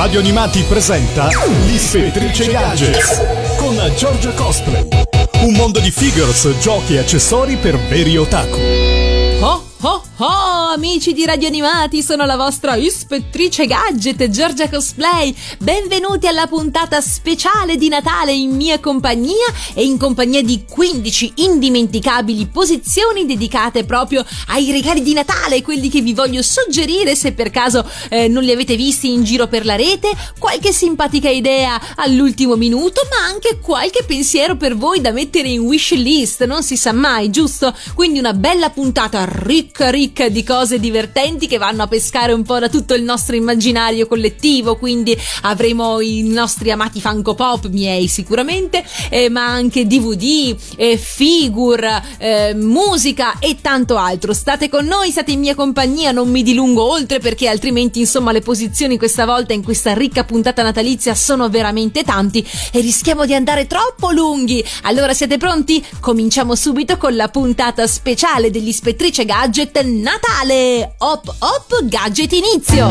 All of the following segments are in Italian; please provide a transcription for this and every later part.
Radio Animati presenta l'Ispettrice Gadget con Giorgia Cosplay. Un mondo di figures, giochi e accessori per veri otaku. Oh, oh, oh, amici di Radio Animati, sono la vostra Ispettrice Gadget, Giorgia Cosplay. Benvenuti alla puntata speciale di Natale in mia compagnia e in compagnia di 15 indimenticabili posizioni dedicate proprio ai regali di Natale, quelli che vi voglio suggerire se per caso non li avete visti in giro per la rete, qualche simpatica idea all'ultimo minuto, ma anche qualche pensiero per voi da mettere in wish list, non si sa mai, giusto? Quindi una bella puntata ricca di cose divertenti che vanno a pescare un po' da tutto il nostro immaginario collettivo, quindi avremo i nostri amati Funko Pop, miei sicuramente, ma anche DVD, figure, musica e tanto altro. State con noi, state in mia compagnia, non mi dilungo oltre perché altrimenti insomma le posizioni questa volta in questa ricca puntata natalizia sono veramente tanti e rischiamo di andare troppo lunghi. Allora siete pronti? Cominciamo subito con la puntata speciale dell'Ispettrice Gadget Natale. Hop hop gadget inizio.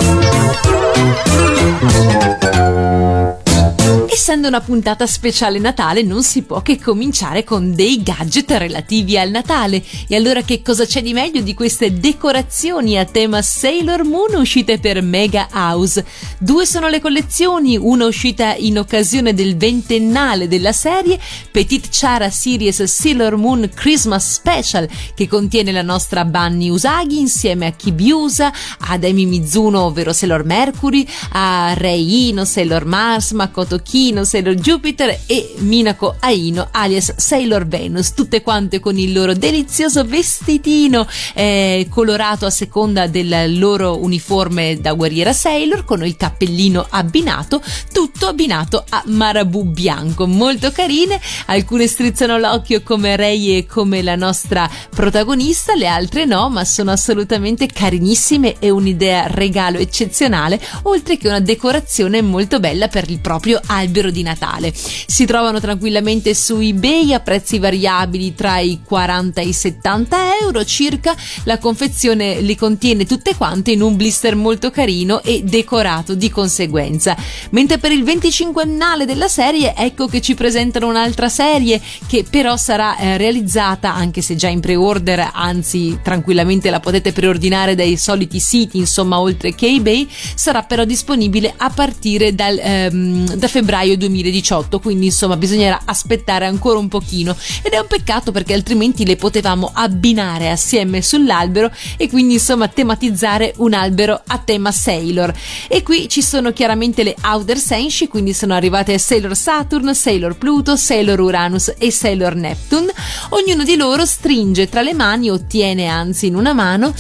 Essendo una puntata speciale Natale non si può che cominciare con dei gadget relativi al Natale. E allora che cosa c'è di meglio di queste decorazioni a tema Sailor Moon uscite per Mega House? 2 sono le collezioni, una uscita in occasione del 20ennale della serie, Petit Chara Series Sailor Moon Christmas Special, che contiene la nostra Bunny Usagi insieme a Kibyusa, ad Emi Mizuno ovvero Sailor Mercury, a Rei Ino Sailor Mars, Makoto Kino Sailor Jupiter e Minako Aino alias Sailor Venus, tutte quante con il loro delizioso vestitino colorato a seconda del loro uniforme da guerriera Sailor, con il cappellino abbinato, tutto abbinato a marabù bianco, molto carine. Alcune strizzano l'occhio come Rei e come la nostra protagonista, le altre no, ma sono assolutamente carinissime e un'idea regalo eccezionale, oltre che una decorazione molto bella per il proprio albero di Natale. Si trovano tranquillamente su eBay a prezzi variabili tra i 40 e i 70 euro circa. La confezione li contiene tutte quante in un blister molto carino e decorato di conseguenza. Mentre per il 25ennale della serie ecco che ci presentano un'altra serie che però sarà realizzata, anche se già in pre-order, anzi tranquillamente la potete preordinare dai soliti siti, insomma oltre che eBay, sarà però disponibile a partire da febbraio 2018, quindi insomma bisognerà aspettare ancora un pochino ed è un peccato perché altrimenti le potevamo abbinare assieme sull'albero e quindi insomma tematizzare un albero a tema Sailor. E qui ci sono chiaramente le Outer Senshi, quindi sono arrivate Sailor Saturn, Sailor Pluto, Sailor Uranus e Sailor Neptune. Ognuno di loro stringe tra le mani, ottiene anzi in una mano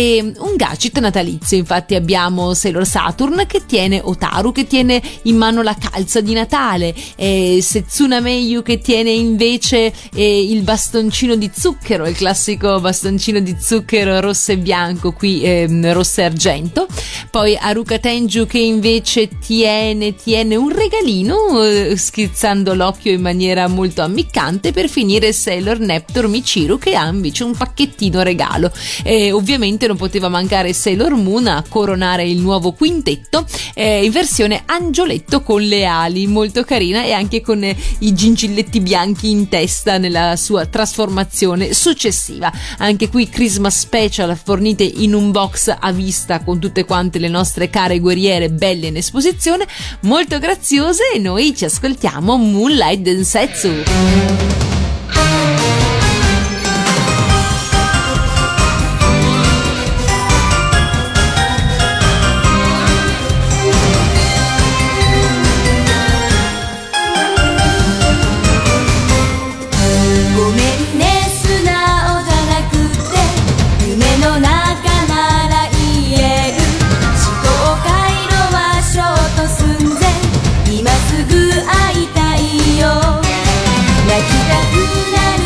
un gadget natalizio. Infatti abbiamo Sailor Saturn che tiene Otaru, che tiene in mano la calza di Natale, Setsuna Meiyu che tiene invece il bastoncino di zucchero, il classico bastoncino di zucchero rosso e bianco, qui rosso e argento. Poi Haruka Tenju che invece tiene un regalino, schizzando l'occhio in maniera molto ammiccante. Per finire Sailor Neptune Michiru che ha invece un pacchettino regalo. Ovviamente non poteva mancare Sailor Moon a coronare il nuovo quintetto in versione angioletto con le ali, molto carina, e anche con i gingilletti bianchi in testa nella sua trasformazione successiva. Anche qui Christmas Special fornite in un box a vista con tutte quante le nostre care guerriere belle in esposizione, molto graziose, e noi ci ascoltiamo Moonlight Densetsu. 「泣きたくなる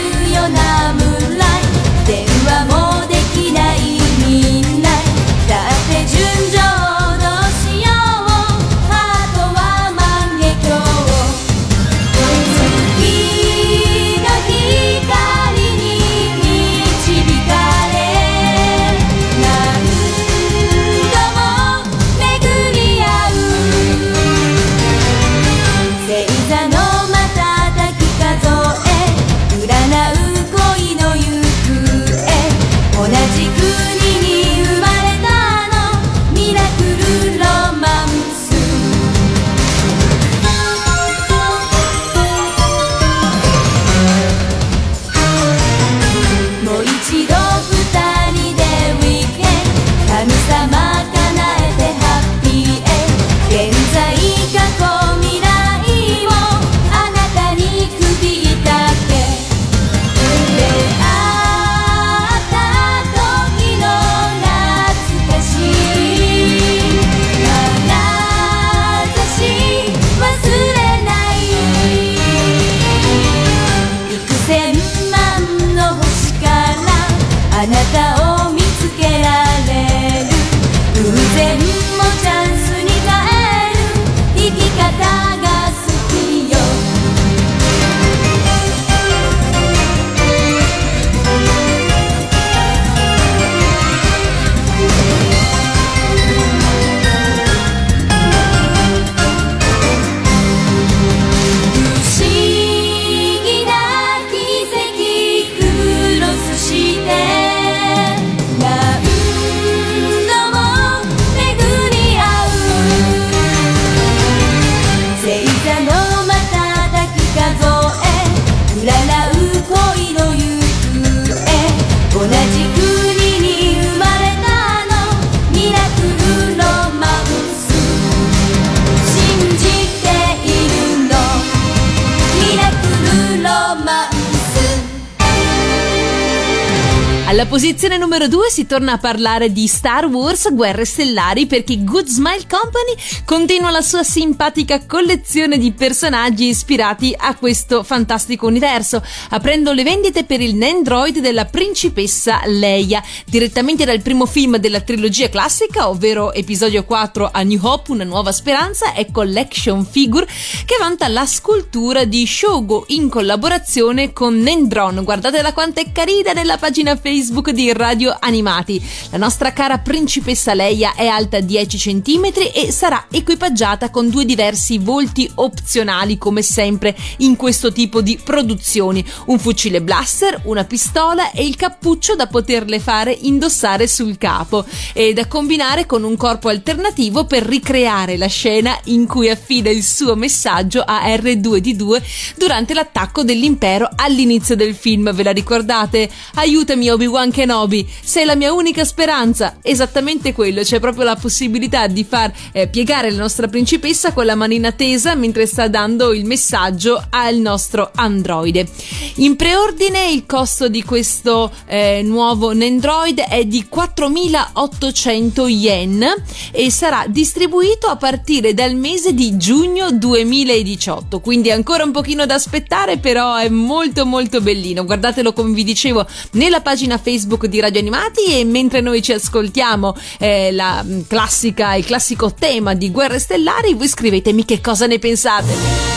Alla posizione numero 2 si torna a parlare di Star Wars Guerre Stellari, perché Good Smile Company continua la sua simpatica collezione di personaggi ispirati a questo fantastico universo, aprendo le vendite per il Nendroid della principessa Leia, direttamente dal primo film della trilogia classica, ovvero episodio 4 A New Hope, Una Nuova Speranza, e collection figure che vanta la scultura di Shogo in collaborazione con Nendron. Guardatela quanto è carina nella pagina Facebook di Radio Animati. La nostra cara principessa Leia è alta 10 cm e sarà equipaggiata con 2 diversi volti opzionali, come sempre in questo tipo di produzioni: un fucile blaster, una pistola e il cappuccio da poterle fare indossare sul capo, e da combinare con un corpo alternativo per ricreare la scena in cui affida il suo messaggio a R2D2 durante l'attacco dell'impero all'inizio del film. Ve la ricordate? Aiutami Obi-Wan Kenobi, sei la mia unica speranza. Esattamente quello, c'è proprio la possibilità di far piegare la nostra principessa con la manina tesa mentre sta dando il messaggio al nostro androide. In preordine il costo di questo nuovo Nendroid è di 4.800 yen e sarà distribuito a partire dal mese di giugno 2018, quindi ancora un pochino da aspettare, però è molto molto bellino. Guardatelo, come vi dicevo, nella pagina Facebook di Radio Animati, e mentre noi ci ascoltiamo il classico tema di Guerre Stellari, voi scrivetemi che cosa ne pensate.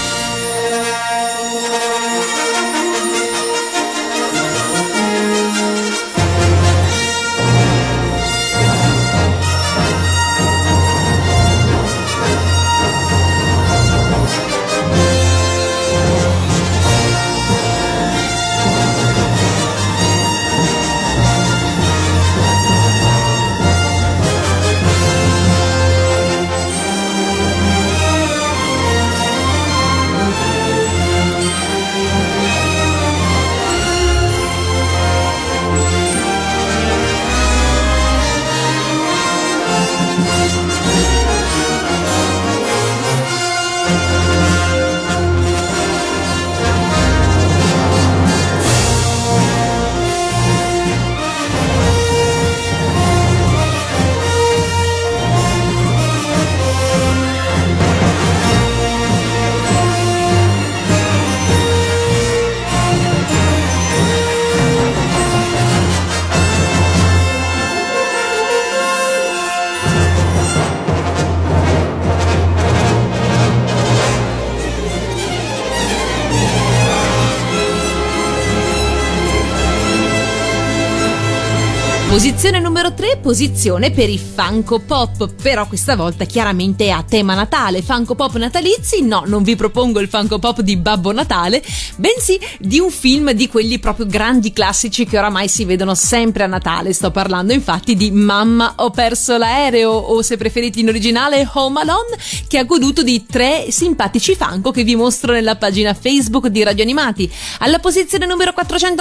Posizione numero 3, posizione per i Funko Pop, però questa volta chiaramente a tema Natale. Funko Pop natalizi? No, non vi propongo il Funko Pop di Babbo Natale, bensì di un film di quelli proprio grandi classici che oramai si vedono sempre a Natale. Sto parlando infatti di Mamma ho perso l'aereo, o se preferite in originale Home Alone, che ha goduto di 3 simpatici Funko che vi mostro nella pagina Facebook di Radio Animati. Alla posizione numero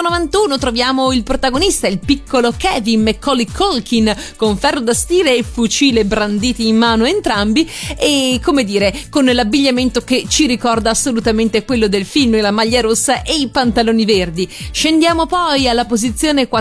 491 troviamo il protagonista, il piccolo Kevin Macaulay Culkin, con ferro da stile e fucile branditi in mano entrambi, e come dire, con l'abbigliamento che ci ricorda assolutamente quello del film, la maglia rossa e i pantaloni verdi. Scendiamo poi alla posizione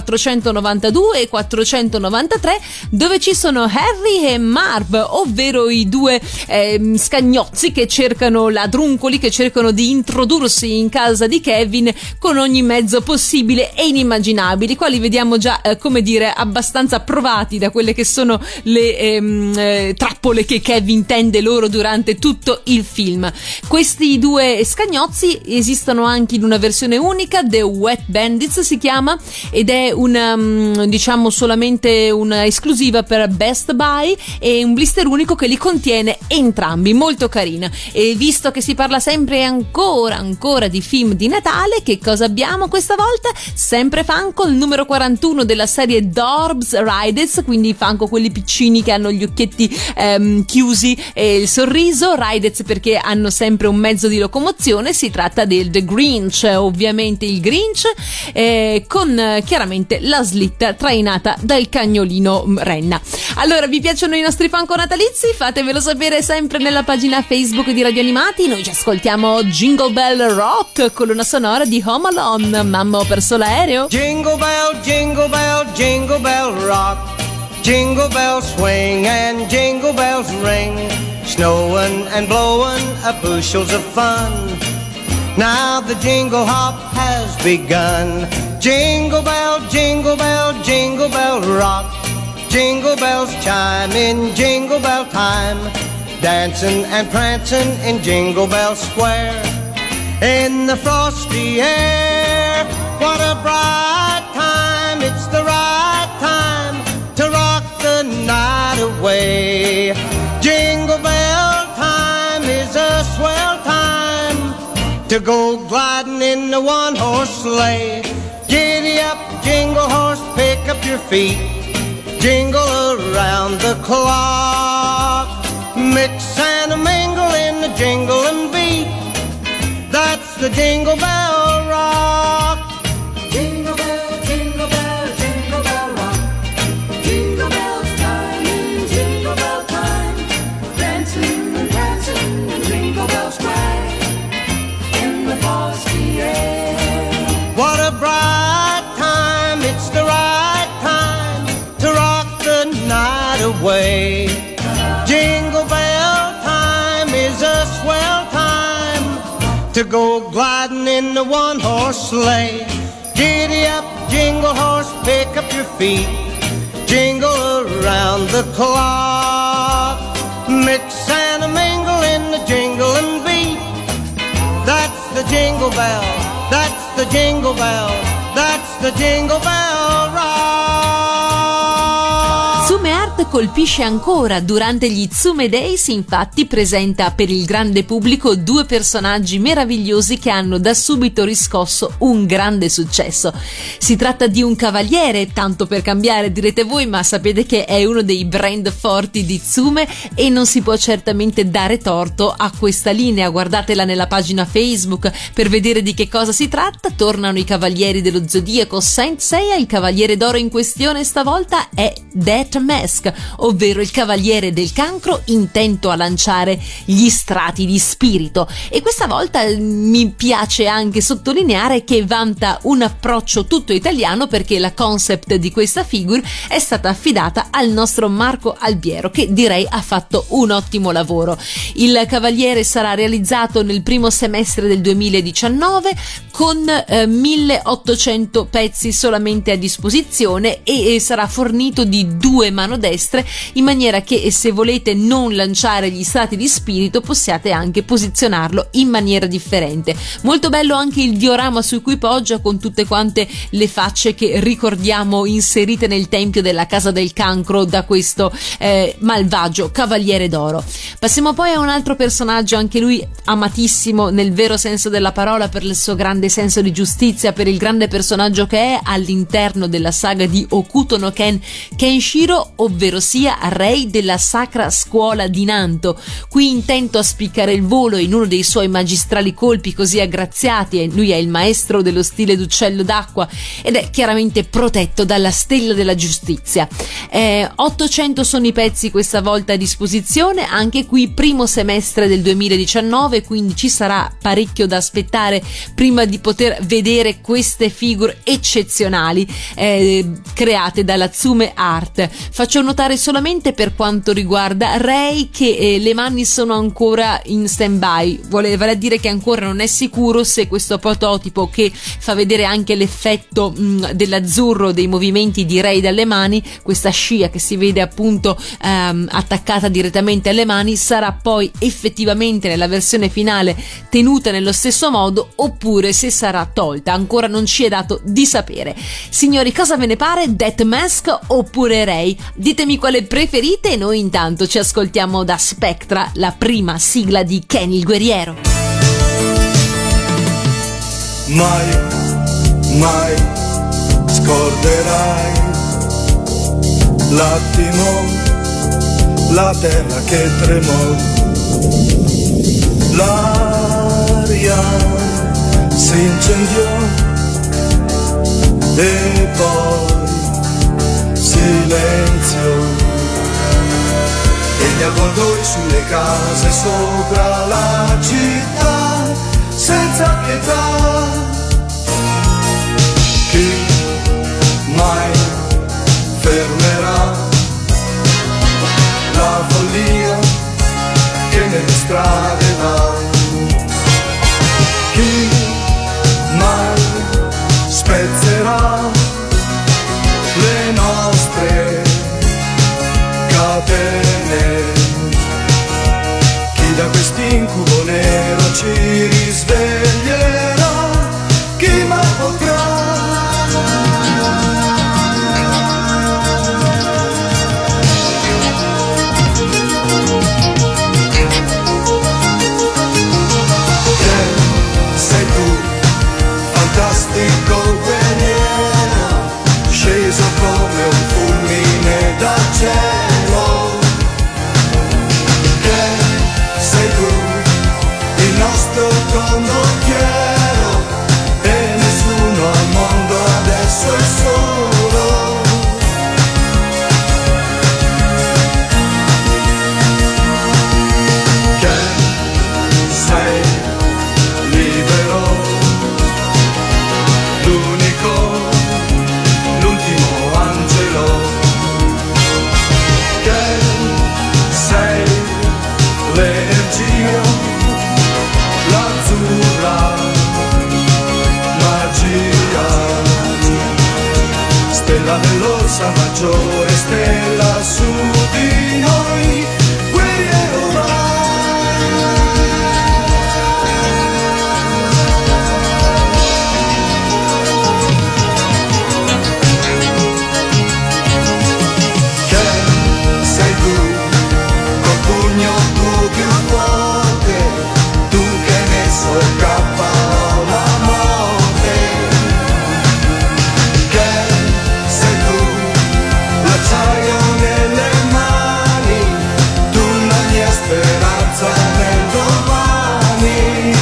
492 e 493, dove ci sono Harry e Marv, ovvero i 2 scagnozzi che cercano, ladruncoli che cercano di introdursi in casa di Kevin con ogni mezzo possibile e inimmaginabili, quali vediamo già come dire abbastanza provati da quelle che sono le trappole che Kevin tende loro durante tutto il film. Questi 2 scagnozzi esistono anche in una versione unica, The Wet Bandits si chiama, ed è una diciamo solamente una esclusiva per Best Buy, e un blister unico che li contiene entrambi, molto carina. E visto che si parla sempre ancora di film di Natale, che cosa abbiamo questa volta? Sempre Funko, il numero 41 della serie Dorbs Riders, quindi fanno quelli piccini che hanno gli occhietti chiusi e il sorriso. Riders perché hanno sempre un mezzo di locomozione. Si tratta del The Grinch, ovviamente il Grinch, con chiaramente la slitta trainata dal cagnolino Renna. Allora, vi piacciono i nostri fanco natalizi? Fatemelo sapere sempre nella pagina Facebook di Radio Animati. Noi ci ascoltiamo Jingle Bell Rock, colonna sonora di Home Alone. Mamma, ho perso l'aereo. Jingle bell, jingle bell, jingle bell rock. Jingle bells swing and jingle bells ring. Snowing and blowing up bushels of fun. Now the jingle hop has begun. Jingle bell, jingle bell, jingle bell rock. Jingle bells chime in jingle bell time. Dancing and prancing in Jingle Bell Square. In the frosty air, what a bright time. It's the right time to rock the night away. Jingle bell time is a swell time to go gliding in the one-horse sleigh. Giddy up, jingle horse, pick up your feet. Jingle around the clock. Mix and a mingle in the jingling beat. That's the Jingle Bell Rock. Jingle bell, jingle bell, jingle bell rock. Jingle bells time in Jingle Bell time. Dancing and prancing in Jingle Bell Square. In the frosty air. What a bright time, it's the right time to rock the night away. Jingle bell time is a swell time to go gliding in the one-horse sleigh. Giddy up, jingle horse, pick up your feet. Jingle around the clock. Mix and a mingle in the jingling beat. That's the Jingle Bell, that's the Jingle Bell, that's the Jingle Bell Rock. Tsume Art colpisce ancora. Durante gli Tsume Days, infatti, presenta per il grande pubblico due personaggi meravigliosi che hanno da subito riscosso un grande successo. Si tratta di un cavaliere, tanto per cambiare direte voi, ma sapete che è uno dei brand forti di Tsume e non si può certamente dare torto a questa linea. Guardatela nella pagina Facebook per vedere di che cosa si tratta. Tornano i cavalieri dello zodiaco Saint Seiya. Il cavaliere d'oro in questione stavolta è Death Mask, ovvero il cavaliere del cancro intento a lanciare gli strati di spirito, e questa volta mi piace anche sottolineare che vanta un approccio tutto italiano, perché la concept di questa figure è stata affidata al nostro Marco Albiero, che direi ha fatto un ottimo lavoro. Il cavaliere sarà realizzato nel primo semestre del 2019 con 1800 pezzi solamente a disposizione e sarà fornito di due mano destre, in maniera che se volete non lanciare gli strati di spirito possiate anche posizionarlo in maniera differente. Molto bello anche il diorama su cui poggia, con tutte quante le facce che ricordiamo inserite nel tempio della casa del cancro da questo malvagio cavaliere d'oro. Passiamo poi a un altro personaggio, anche lui amatissimo nel vero senso della parola per il suo grande senso di giustizia, per il grande personaggio che è all'interno della saga di Hokuto no Ken Kenshiro, ovvero sia Rei della Sacra Scuola di Nanto. Qui intento a spiccare il volo in uno dei suoi magistrali colpi così aggraziati, e lui è il maestro dello stile d'uccello d'acqua ed è chiaramente protetto dalla stella della giustizia. 800 sono i pezzi questa volta a disposizione, anche qui primo semestre del 2019, quindi ci sarà parecchio da aspettare prima di poter vedere queste figure eccezionali create dalla Tsume Art. Faccio notare solamente per quanto riguarda Rei che le mani sono ancora in stand-by, vale a dire che ancora non è sicuro se questo prototipo, che fa vedere anche l'effetto dell'azzurro dei movimenti di Rei dalle mani, questa scia che si vede appunto attaccata direttamente alle mani, sarà poi effettivamente nella versione finale tenuta nello stesso modo oppure se sarà tolta. Ancora non ci è dato di sapere. Signori, cosa ve ne pare? Death Mask oppure Rei? Ditemi quale preferite e noi intanto ci ascoltiamo da Spectra la prima sigla di Ken il guerriero. Mai, mai scorderai L'attimo, la terra che tremò, l'aria si incendiò e poi silenzio. E gli avvoltoi sulle case sopra la città, senza pietà. Chi mai fermerà la follia che nelle strade va? Chi mai spezzerà le nostre catene? Chi da quest'incubo nero ci risveglierà? Chi mai potrà? Sei tu, fantastico guerriero, sceso come un fulmine dal cielo. Che sei tu, il nostro condottiero, e nessuno al mondo adesso è solo. Che sei libero, l'unico, l'ultimo angelo. Che sei l'energia, l'azzurra magia, stella dell'Orsa Maggiore, stella su di noi, guerriero vai. Che sei tu, col pugno tu più forte, tu che hai messo capo la morte. Che sei tu, l'acciaio nelle mani, tu la mia speranza nel domani.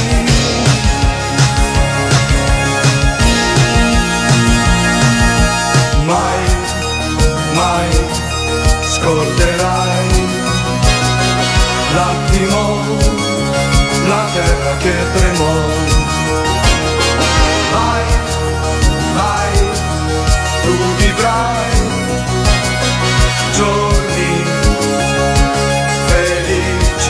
Mai, mai scorderai l'attimo, la terra che tremò. Vai, vai, tu vivrai giorni felici.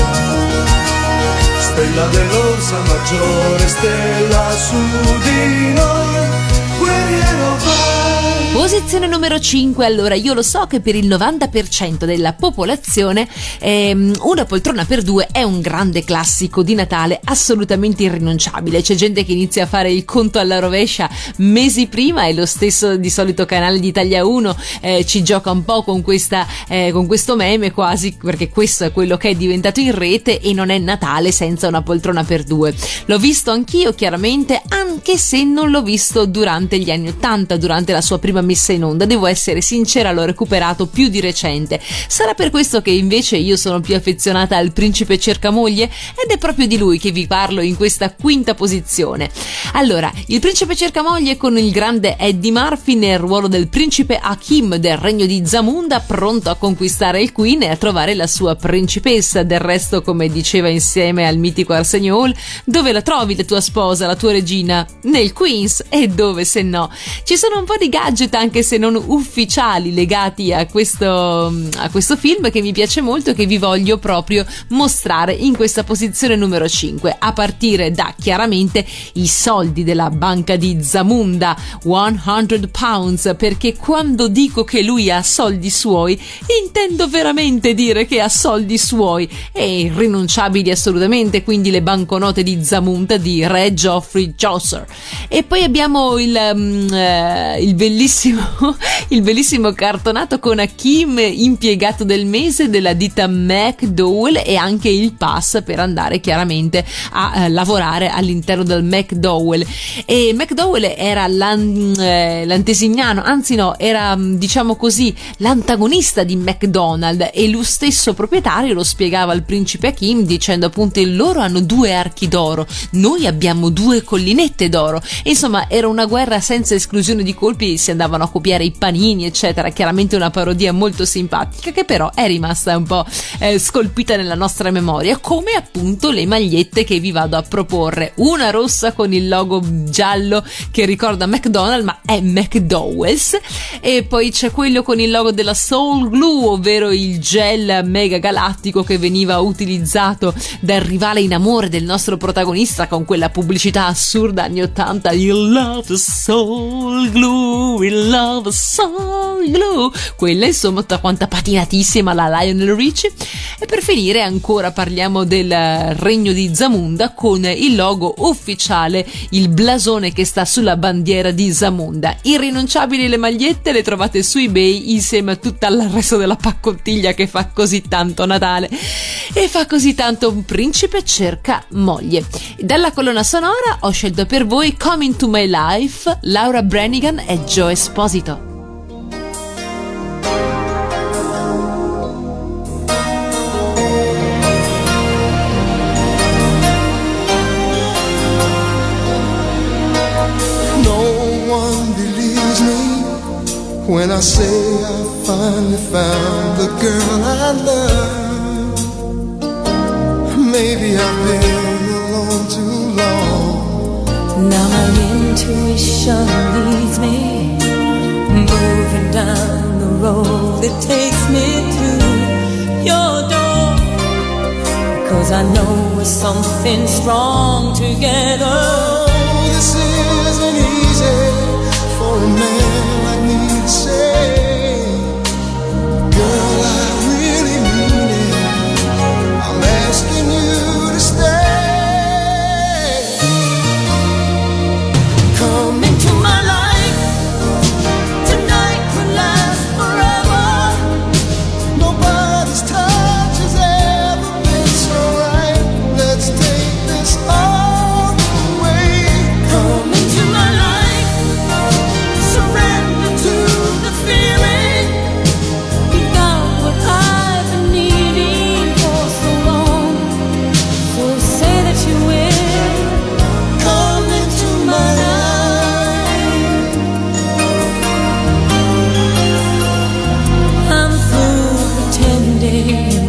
Stella dell'Orsa Maggiore, stella su di noi, guerriero vai. Posizione numero 5. Allora, io lo so che per il 90% della popolazione Una poltrona per due è un grande classico di Natale assolutamente irrinunciabile. C'è gente che inizia a fare il conto alla rovescia mesi prima, e lo stesso di solito canale di Italia 1 ci gioca un po' con questo meme quasi, perché questo è quello che è diventato in rete, e non è Natale senza una poltrona per due. L'ho visto anch'io, chiaramente, anche se non l'ho visto durante gli anni 80, durante la sua prima messa in onda. Devo essere sincera, l'ho recuperato più di recente. Sarà per questo che invece io sono più affezionata al Principe Cercamoglie, ed è proprio di lui che vi parlo in questa quinta posizione. Allora, il Principe Cercamoglie con il grande Eddie Murphy nel ruolo del principe Hakim del regno di Zamunda, pronto a conquistare il Queen e a trovare la sua principessa. Del resto, come diceva insieme al mitico Arsenio Hall, dove la trovi la tua sposa, la tua regina? Nel Queens, e dove se no? Ci sono un po' di gadget, anche se non ufficiali, legati a questo film, che mi piace molto e che vi voglio proprio mostrare in questa posizione numero 5, a partire da chiaramente i soldi della banca di Zamunda, 100 pounds, perché quando dico che lui ha soldi suoi intendo veramente dire che ha soldi suoi e irrinunciabili assolutamente, quindi le banconote di Zamunda di Re Geoffrey Chaucer. E poi abbiamo il bellissimo il bellissimo cartonato con Hakim, impiegato del mese della ditta McDowell, e anche il pass per andare chiaramente a lavorare all'interno del McDowell. E McDowell era l'antesignano, anzi no, era diciamo così l'antagonista di McDonald's, e lo stesso proprietario lo spiegava al principe Hakim dicendo appunto: loro hanno 2 archi d'oro, noi abbiamo 2 collinette d'oro. E insomma era una guerra senza esclusione di colpi, si andavano a copiare i panini eccetera. Chiaramente una parodia molto simpatica che però è rimasta un po' scolpita nella nostra memoria, come appunto le magliette che vi vado a proporre, una rossa con il logo giallo che ricorda McDonald's ma è McDowell's, e poi c'è quello con il logo della Soul Glue, ovvero il gel mega galattico che veniva utilizzato dal rivale in amore del nostro protagonista con quella pubblicità assurda anni 80: You love the Soul Glue, we love the Soul Glue. Quella insomma tutta quanta patinatissima, la Lionel Richie. E per finire ancora parliamo del regno di Zamunda con il logo ufficiale, il blasone che sta sulla bandiera di Zamunda. Irrinunciabili le magliette, le trovate su eBay insieme a tutta il resto della paccottiglia che fa così tanto Natale e fa così tanto un principe cerca moglie. Dalla colonna sonora ho scelto per voi Coming to My Life, Laura Branigan e Joe Esposito. When I say I finally found the girl I love, maybe I've been alone too long. Now my intuition leads me, moving down the road that takes me to your door. 'Cause I know we're something strong together. Oh, this isn't easy for a man like me to say. Girl, I really mean it. I'm asking you to stay. Come into my life. Tonight could last forever. Nobody's touch has ever been so right. Let's take this all the way. Come into my life. Surrender to the feeling. You got what I've been needing for so long. So say that you will. Come into my life. I'm through pretending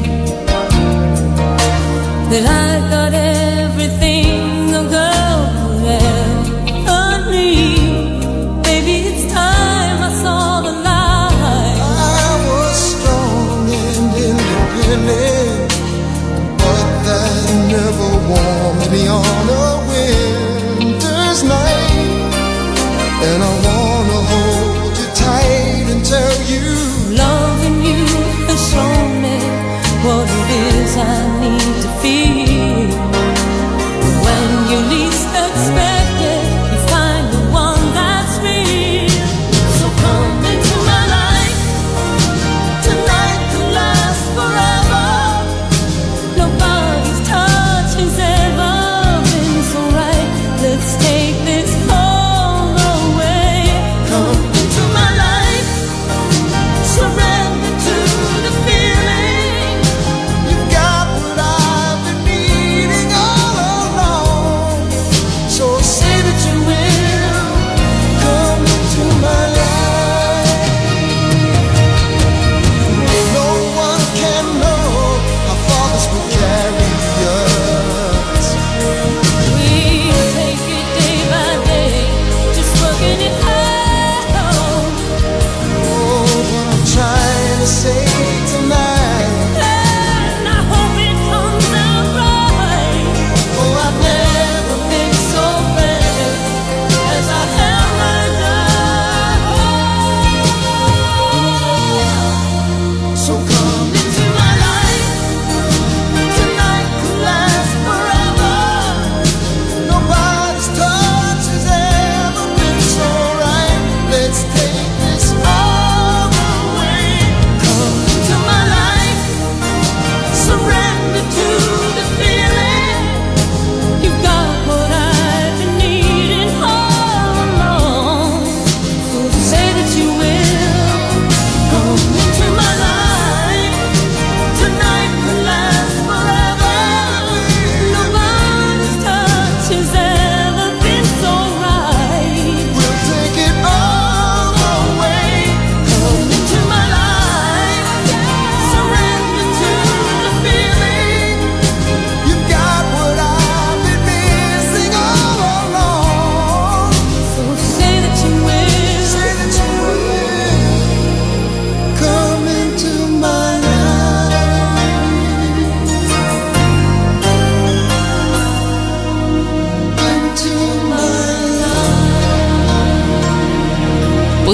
that I got everything a girl could ever need. Baby, it's time I saw the light. I was strong and independent, but that never warmed me on a winter's night. And I wanna hold you tight and tell you, Loving you has shown me what it is I need to feel. When you least expect it, you find the one that's real. So come into my life. Tonight could last forever. Nobody's touch has ever been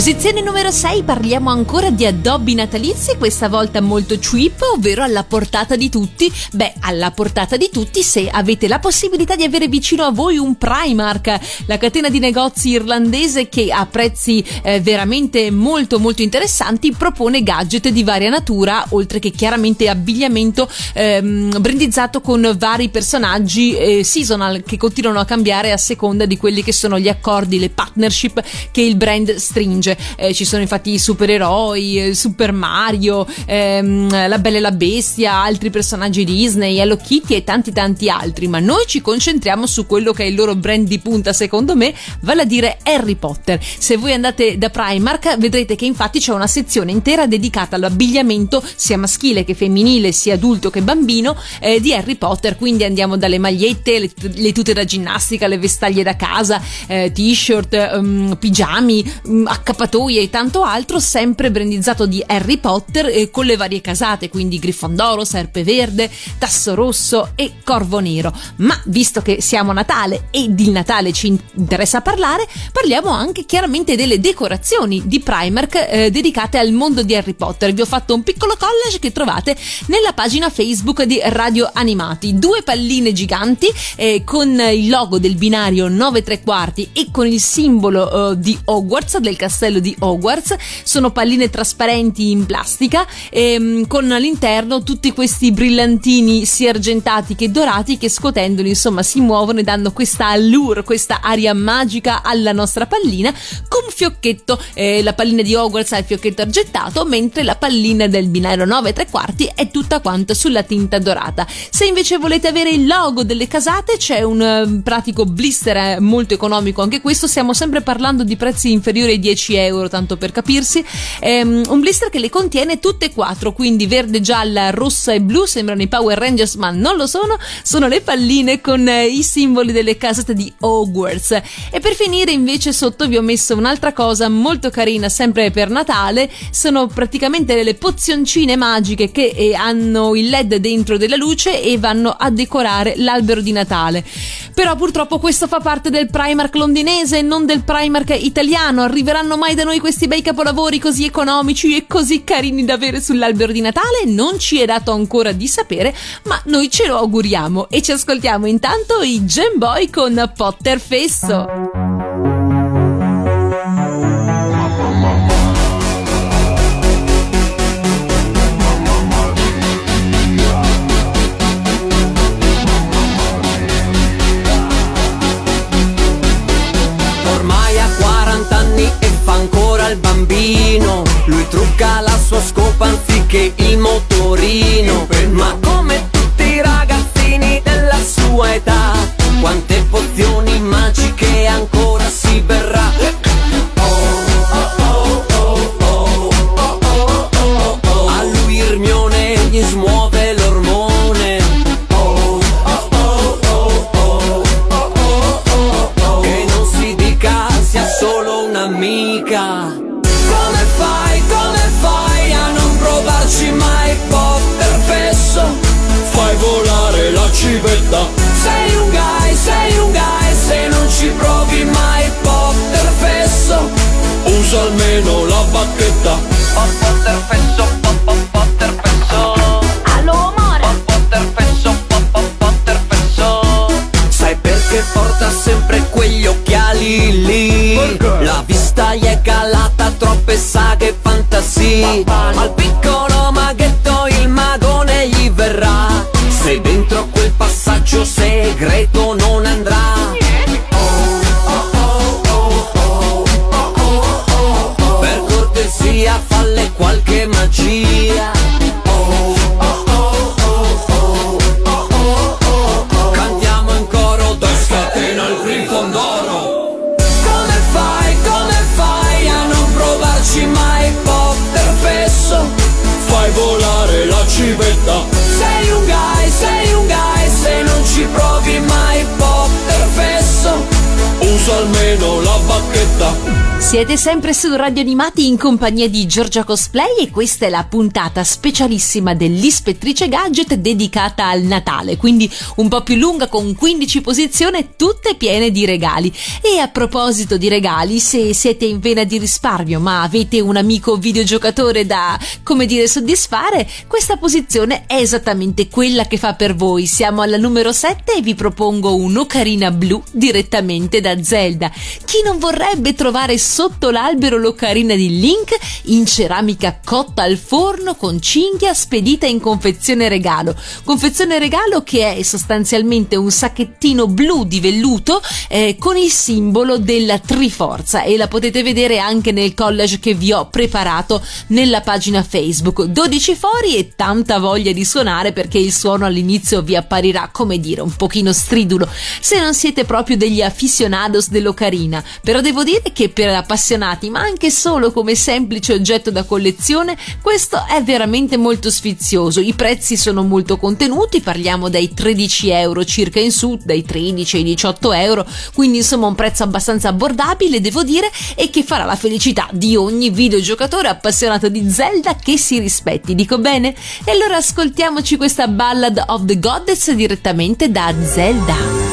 Posizione numero 6, parliamo ancora di addobbi natalizi, questa volta molto cheap, ovvero alla portata di tutti. Beh, alla portata di tutti se avete la possibilità di avere vicino a voi un Primark, la catena di negozi irlandese che a prezzi veramente molto molto interessanti propone gadget di varia natura, oltre che chiaramente abbigliamento brandizzato con vari personaggi seasonal che continuano a cambiare a seconda di quelli che sono gli accordi, le partnership che il brand stringe. Ci sono infatti i supereroi, Super Mario, la Bella e la Bestia, altri personaggi Disney, Hello Kitty e tanti altri, ma noi ci concentriamo su quello che è il loro brand di punta secondo me, vale a dire Harry Potter. Se voi andate da Primark vedrete che infatti c'è una sezione intera dedicata all'abbigliamento sia maschile che femminile, sia adulto che bambino, di Harry Potter, quindi andiamo dalle magliette, le tute da ginnastica, le vestaglie da casa, t-shirt, pigiami, accappatoie e tanto altro, sempre brandizzato di Harry Potter, con le varie casate, quindi Grifondoro, Serpeverde, Tasso Rosso e Corvo Nero. Ma visto che siamo a Natale e di Natale ci interessa parlare, parliamo anche chiaramente delle decorazioni di Primark dedicate al mondo di Harry Potter. Vi ho fatto un piccolo collage che trovate nella pagina Facebook di Radio Animati. 2 palline giganti con il logo del binario 9 3/4 e con il simbolo di Hogwarts, del castello di Hogwarts. Sono palline trasparenti in plastica con all'interno tutti questi brillantini sia argentati che dorati che scuotendoli insomma si muovono e danno questa allure, questa aria magica alla nostra pallina, con fiocchetto. La pallina di Hogwarts ha il fiocchetto argentato, mentre la pallina del binario 9 3/4 è tutta quanta sulla tinta dorata. Se invece volete avere il logo delle casate c'è un pratico blister molto economico, anche questo stiamo sempre parlando di prezzi inferiori ai 10 euro, tanto per capirsi. Un blister che le contiene tutte e 4, quindi verde, gialla, rossa e blu, sembrano i Power Rangers ma non lo sono le palline con i simboli delle casate di Hogwarts. E per finire invece sotto vi ho messo un'altra cosa molto carina sempre per Natale, sono praticamente delle pozioncine magiche che hanno il LED dentro della luce e vanno a decorare l'albero di Natale. Però purtroppo questo fa parte del Primark londinese e non del Primark italiano. Arriveranno mai da noi questi bei capolavori così economici e così carini da avere sull'albero di Natale? Non ci è dato ancora di sapere, ma noi ce lo auguriamo e ci ascoltiamo intanto i Gem Boy con Potter Fesso. Ancora il bambino, lui trucca la sua scopa anziché il motorino. Ma come tutti i ragazzini della sua età, quante pozioni magiche ancora si berrà. A lui Hermione gli smuove l'ormone. Che non si dica sia solo un'amica. Come fai a non provarci mai, Potter Fesso? Fai volare la civetta. Sei un guy, se non ci provi mai, Potter Fesso. Usa almeno la bacchetta. Potter Fesso, Potter Fesso. Allo amore. Potter Fesso, Potter Fesso. Sai perché porta sempre quegli occhiali lì? La vista gli è calata, troppe saghe fantasie. Al piccolo maghetto il magone gli verrà, se dentro quel passaggio segreto non andrà. Per cortesia falle qualche magia. Siete sempre su Radio Animati in compagnia di Giorgia Cosplay e questa è la puntata specialissima dell'Ispettrice Gadget dedicata al Natale, quindi un po' più lunga con 15 posizioni tutte piene di regali. E a proposito di regali, se siete in vena di risparmio ma avete un amico videogiocatore da, soddisfare, questa posizione è esattamente quella che fa per voi. Siamo alla numero 7 e vi propongo un'ocarina blu direttamente da Zelda. Chi non vorrebbe trovare sotto l'albero l'ocarina di Link in ceramica cotta al forno con cinghia spedita in confezione regalo che è sostanzialmente un sacchettino blu di velluto con il simbolo della Triforza, e la potete vedere anche nel collage che vi ho preparato nella pagina Facebook. 12 fori e tanta voglia di suonare, perché il suono all'inizio vi apparirà un pochino stridulo se non siete proprio degli aficionados dell'ocarina, però devo dire che per appassionati, ma anche solo come semplice oggetto da collezione, questo è veramente molto sfizioso. I prezzi sono molto contenuti, parliamo dai 13 euro circa in su, dai 13 ai 18 euro, quindi insomma un prezzo abbastanza abbordabile, devo dire, e che farà la felicità di ogni videogiocatore appassionato di Zelda che si rispetti, dico bene? E allora ascoltiamoci questa Ballad of the Goddess direttamente da Zelda.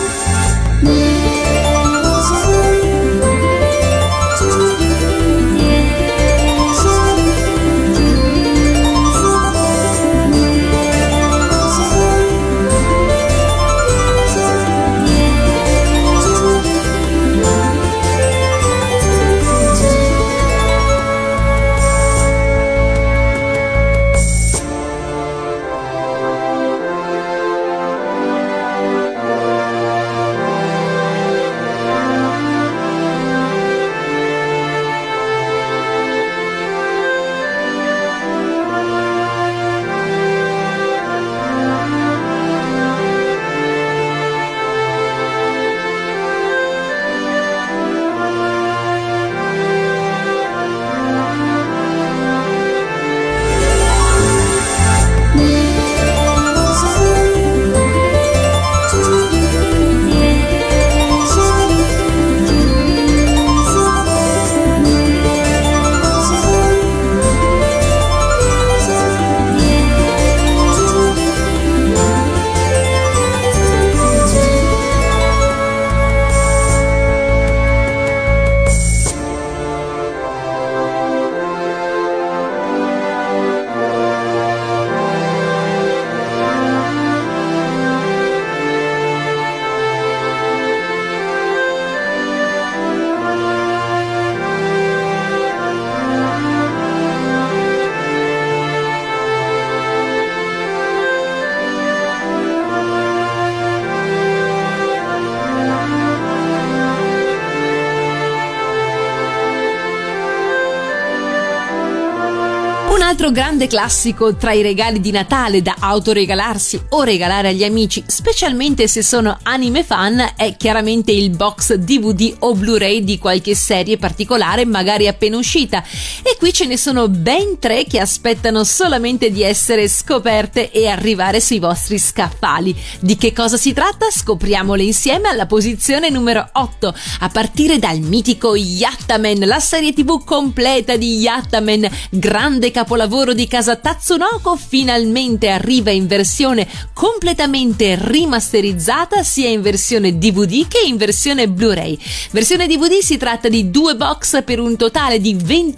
Un altro grande classico tra i regali di Natale da autoregalarsi o regalare agli amici, specialmente se sono anime fan, è chiaramente il box DVD o Blu-ray di qualche serie particolare, magari appena uscita. E qui ce ne sono ben 3 che aspettano solamente di essere scoperte e arrivare sui vostri scaffali. Di che cosa si tratta? Scopriamole insieme alla posizione numero 8, a partire dal mitico Yattaman, la serie TV completa di Yattaman, grande capolavoro di casa Tatsunoko, finalmente arriva in versione completamente rimasterizzata, sia in versione DVD che in versione Blu-ray. Versione DVD si tratta di 2 box per un totale di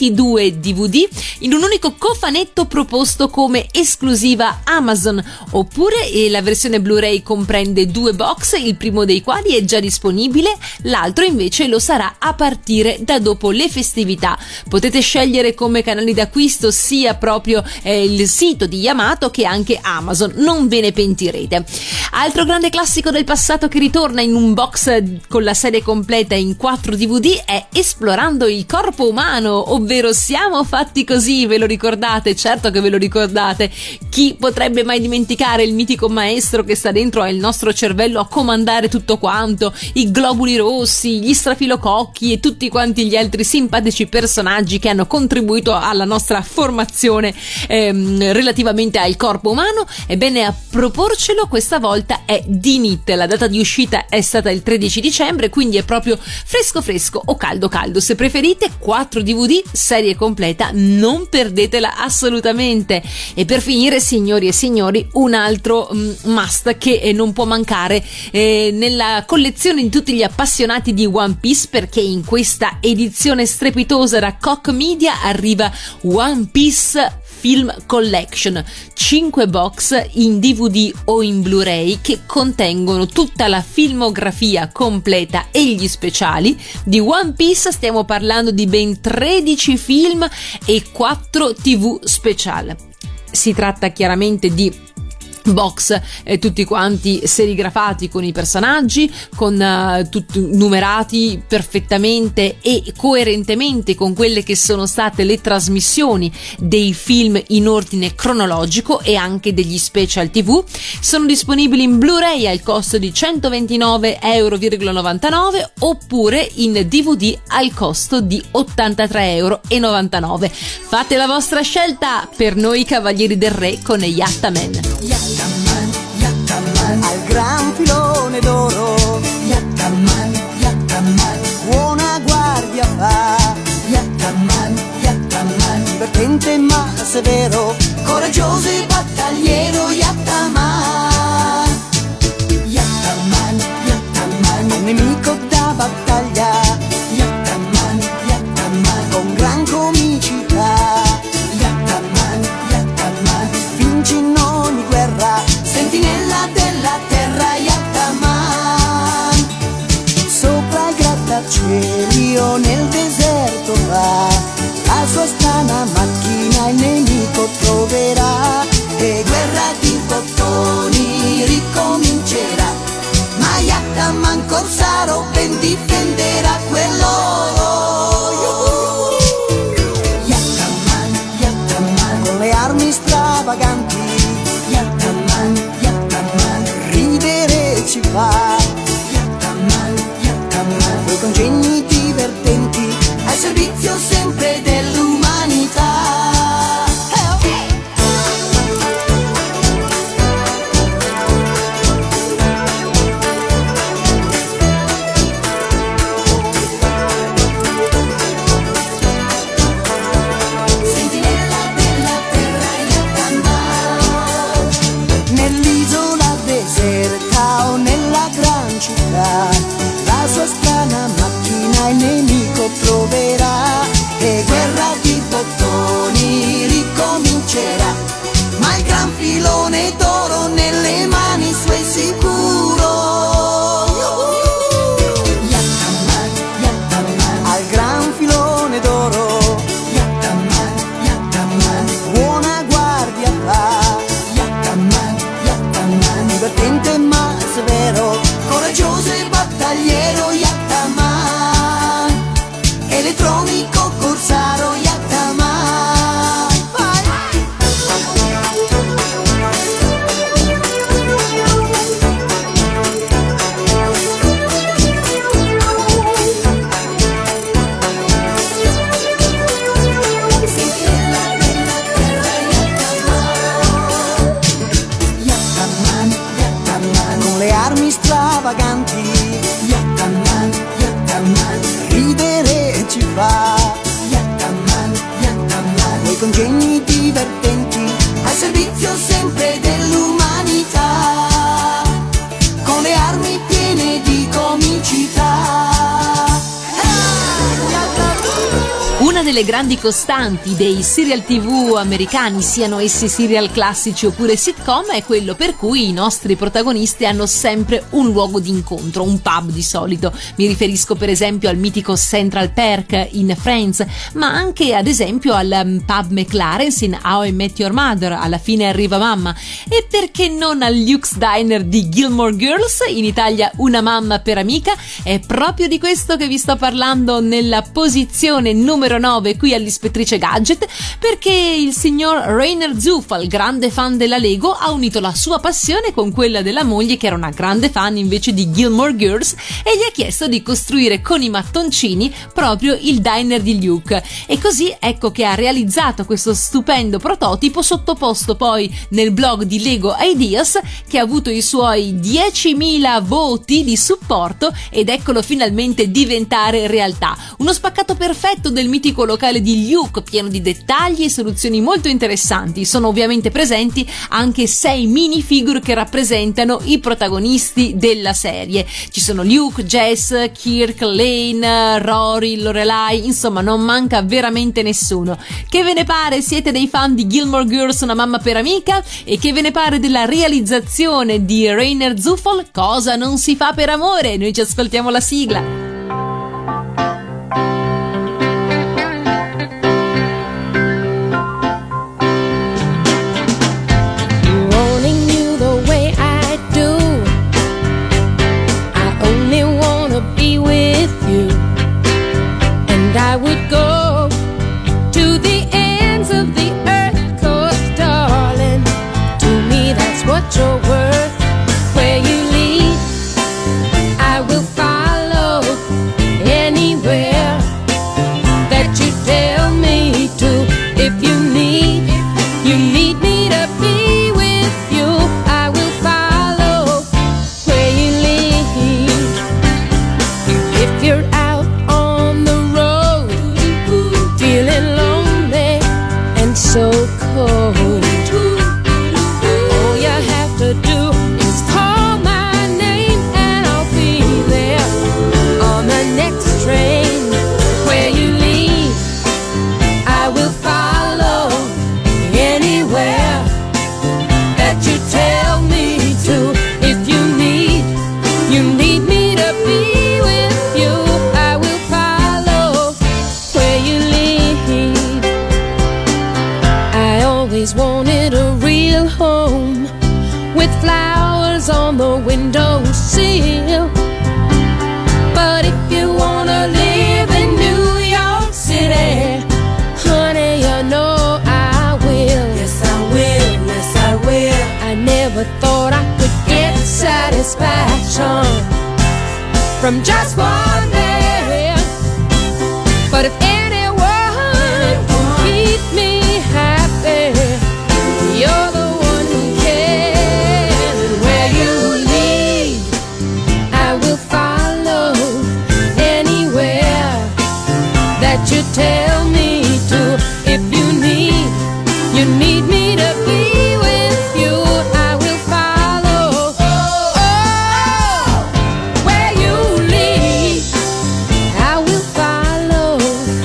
22 DVD in un unico cofanetto proposto come esclusiva Amazon, oppure la versione Blu-ray comprende 2 box, il primo dei quali è già disponibile, l'altro invece lo sarà a partire da dopo le festività. Potete scegliere come canali d'acquisto sia proprio il sito di Yamato che anche Amazon, non ve ne pentirete. Altro grande classico del passato che ritorna in un box con la serie completa in 4 DVD è Esplorando il corpo umano, ovvero Siamo fatti così, ve lo ricordate? Certo che ve lo ricordate. Chi potrebbe mai dimenticare il mitico maestro che sta dentro al nostro cervello a comandare tutto quanto, i globuli rossi, gli strafilococchi e tutti quanti gli altri simpatici personaggi che hanno contribuito alla nostra formazione relativamente al corpo umano? Ebbene, a proporcelo questa volta è Dinit. La data di uscita è stata il 13 dicembre, quindi è proprio fresco fresco o caldo caldo, se preferite. 4 DVD, serie completa, non perdetela assolutamente. E per finire, signori e signori, un altro must che non può mancare nella collezione di tutti gli appassionati di One Piece, perché in questa edizione strepitosa da Koch Media arriva One Piece Film Collection, 5 box in DVD o in Blu-ray che contengono tutta la filmografia completa e gli speciali di One Piece. Stiamo parlando di ben 13 film e 4 TV special. Si tratta chiaramente di box tutti quanti serigrafati con i personaggi, con tutti numerati perfettamente e coerentemente con quelle che sono state le trasmissioni dei film in ordine cronologico e anche degli special TV. Sono disponibili in Blu-ray al costo di 129,99 € oppure in DVD al costo di 83,99 €. Fate la vostra scelta. Per noi Cavalieri del Re con Yattaman. Yattaman, Yattaman, al gran filone d'oro. Yattaman, Yattaman, buona guardia fa. Yattaman, Yattaman, divertente ma severo, coraggioso e battagliero. Yattaman, Yattaman, Yattaman, un nemico da battaglia. Yattaman, Yattaman, con gran comicità. Yattaman, Yattaman, vince in ogni guerra, sentinella della terra. Yattaman, sopra il grattacieli o nel deserto va, la sua strana macchina il nemico troverà, e guerra di bottoni ricomincerà, ma Yattaman corsaro ben difenderà quell'oro. Yattaman, Yattaman, con le armi stravaganti. Yattaman, Yattaman, ridere ci fa. Yattaman, Yattaman, coi congegni divertenti, al servizio sempre dell'umanità. Sentinella della terra. Yattaman, nell'isola deserta o nella gran città, la sua strana macchina il nemico troverà, e guerra di bottoni ricomincerà, ma il gran filone d'oro nelle mani sue sicuro. Yattaman, Yattaman, al gran filone d'oro. Yattaman, Yattaman, buona guardia fa. Yattaman, Yattaman, divertente ma severo, coraggioso e battagliero. Yattaman, elettronico corsaro. Yattaman, vai! Sentinella della terra. Yattaman, Yattaman, Yattaman, con le armi stravaganti. Yattaman, Yattaman, ridere ci fa. Yattaman, Yattaman, coi congegni divertenti, al servizio sempre dell'umanità, con le armi piene di comicità. Una delle grandi costanti dei serial TV americani, siano essi serial classici oppure sitcom, è quello per cui i nostri protagonisti hanno sempre un luogo di incontro, un pub di solito. Mi riferisco per esempio al mitico Central Perk in Friends, ma anche ad esempio al pub McLaren's in How I Met Your Mother. Alla fine arriva mamma. E perché non al Luke's Diner di Gilmore Girls, in Italia Una mamma per amica? È proprio di questo che vi sto parlando nella posizione numero 9 9 qui all'Ispettrice Gadget, perché il signor Rainer Zufall, grande fan della Lego, ha unito la sua passione con quella della moglie, che era una grande fan invece di Gilmore Girls, e gli ha chiesto di costruire con i mattoncini proprio il diner di Luke. E così ecco che ha realizzato questo stupendo prototipo, sottoposto poi nel blog di Lego Ideas, che ha avuto i suoi 10.000 voti di supporto, ed eccolo finalmente diventare realtà. Uno spaccato perfetto del mitico locale di Luke, pieno di dettagli e soluzioni molto interessanti. Sono ovviamente presenti anche 6 minifigure che rappresentano i protagonisti della serie. Ci sono Luke, Jess, Kirk, Lane, Rory, Lorelai, insomma non manca veramente nessuno. Che ve ne pare? Siete dei fan di Gilmore Girls, una mamma per amica? E che ve ne pare della realizzazione di Rainer Zufall? Cosa non si fa per amore? Noi ci ascoltiamo la sigla. I would go to the ends of the earth, 'cause darling, to me that's what you're worth. Where you lead, I will follow anywhere that you tell me to. If you need me to be with you, I will follow where you lead. If you're out on the road, feeling lonely and so cold, all you have to do is call my name and I'll be there on the next train. Where you lead, I will follow anywhere that you tell me to. If you need me to be with you, I will follow where you lead. I always wanted a real home with flowers on the windowsill. But if you wanna live in New York City, honey, you know I will. Yes, I will. Yes, I will. I never thought I could get satisfaction from just one man, but if anyone can keep me happy, you're the one who can. And where you lead, I will follow anywhere that you tell me to. If you need me to be with you, I will follow. Oh, where you lead, I will follow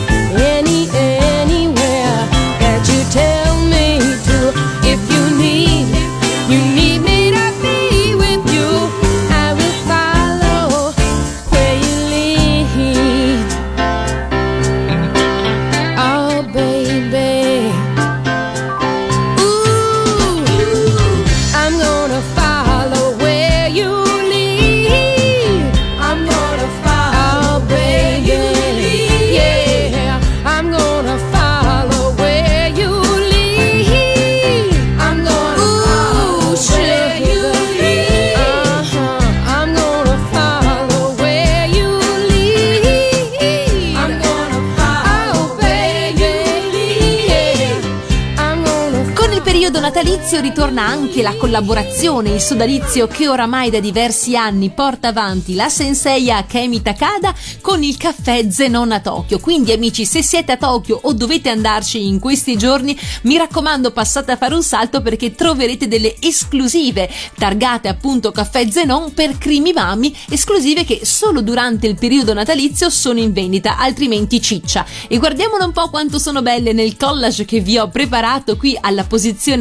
anywhere that you tell me to. If you need me to be with you, I will follow where you lead. Oh, baby, ooh, I'm gonna follow where you lead. I'm gonna follow, oh, baby, yeah, I'm gonna follow where you lead. I'm gonna follow where you lead. I'm gonna follow where you lead. I'm gonna follow, baby, yeah, I'm gonna. Con il periodo natalizio ritorna anche la collaborazione, il sodalizio che oramai da diversi anni porta avanti la sensei Akemi Takada con il caffè Zenon a Tokyo. Quindi amici, se siete a Tokyo o dovete andarci in questi giorni, mi raccomando passate a fare un salto, perché troverete delle esclusive targate appunto caffè Zenon per Creamy Mami, esclusive che solo durante il periodo natalizio sono in vendita, altrimenti ciccia. E guardiamolo un po' quanto sono belle nel collage che vi ho preparato qui alla posizione numero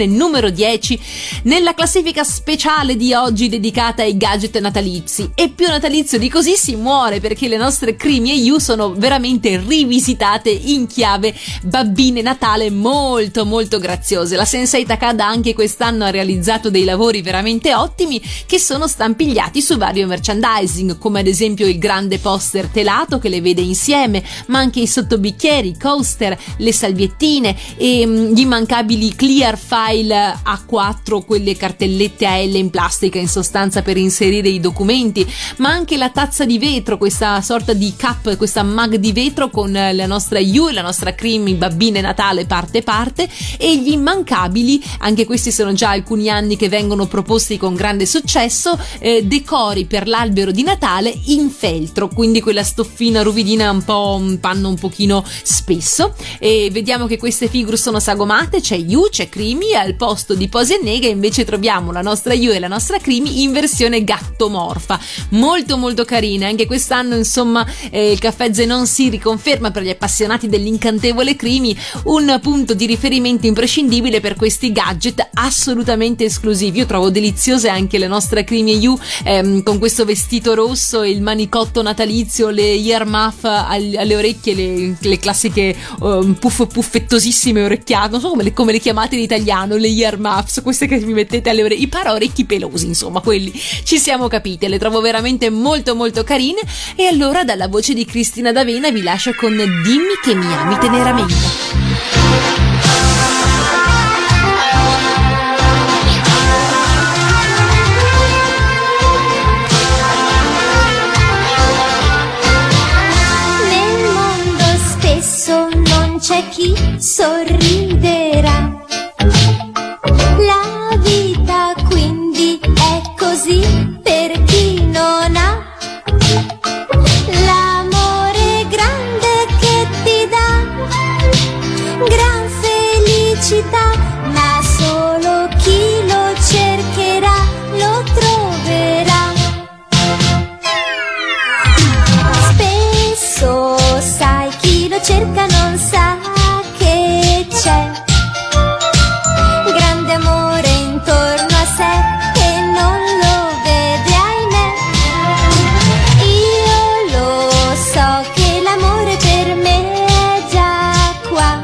numero 10 nella classifica speciale di oggi dedicata ai gadget natalizi. E più natalizio di così si muore, perché le nostre Creamy e You sono veramente rivisitate in chiave babbine Natale molto molto graziose. La Sensei Takada anche quest'anno ha realizzato dei lavori veramente ottimi che sono stampigliati su vario merchandising, come ad esempio il grande poster telato che le vede insieme, ma anche i sottobicchieri, coaster, le salviettine e gli immancabili clear file A4, quelle cartellette a L in plastica in sostanza per inserire i documenti, ma anche la tazza di vetro, questa sorta di cup, questa mug di vetro con la nostra You e la nostra Creamy babbine Natale parte, e gli immancabili, anche questi sono già alcuni anni che vengono proposti con grande successo, decori per l'albero di Natale in feltro, quindi quella stoffina ruvidina un po' un panno un pochino spesso, e vediamo che queste figure sono sagomate. C'è You, c'è Creamy, al posto di Posi e Nega invece troviamo la nostra You e la nostra Creamy in versione gattomorfa, molto molto carina. Anche quest'anno insomma il Caffè Zenon si riconferma per gli appassionati dell'incantevole Creamy un punto di riferimento imprescindibile per questi gadget assolutamente esclusivi. Io trovo deliziose anche le nostre Creamy e You con questo vestito rosso e il manicotto natalizio, le ear muff alle orecchie, le classiche puffettosissime orecchiate, non so come le chiamate in italiano, le ear muffs, queste che vi mettete alle orecchie, i paraorecchi pelosi, insomma, quelli ci siamo capite. Le trovo veramente molto molto carine. E allora dalla voce di Cristina D'Avena vi lascio con Dimmi che mi ami teneramente. C'è chi sorriderà. La vita quindi è così per chi non ha l'amore grande che ti dà gran felicità, ma solo chi lo cercherà lo troverà. Spesso sai chi lo cerca non sa che c'è grande amore intorno a sé e non lo vede, ahimè. Io lo so che l'amore per me è già qua,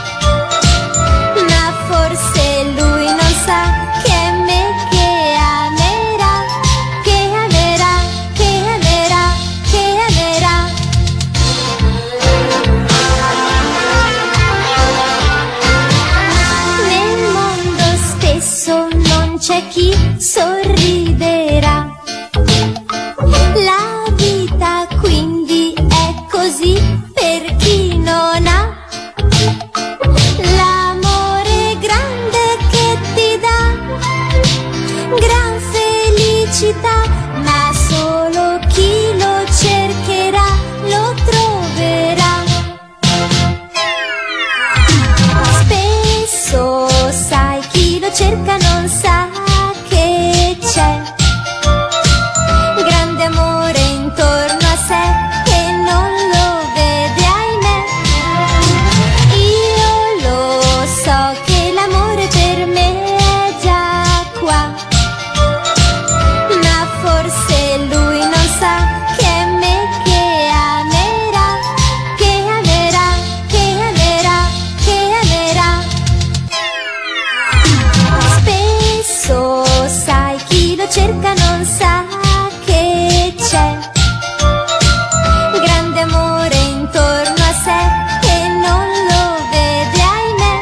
ma forse lui non sa che è me che amerà, che amerà, che amerà, che amerà. Non c'è chi sorriderà. La vita quindi è così per chi non ha l'amore grande che ti dà gran felicità, ma solo chi lo cercherà lo troverà. Spesso sai chi lo cerca non sa che c'è grande amore intorno a sé e non lo vede, ahimè. Io lo so che l'amore per me è già qua, ma forse lui non sa che è me che amerà, che amerà, che amerà, che amerà. Spesso sai chi lo cerca non sa che c'è grande amore intorno a sé e non lo vede, ahimè.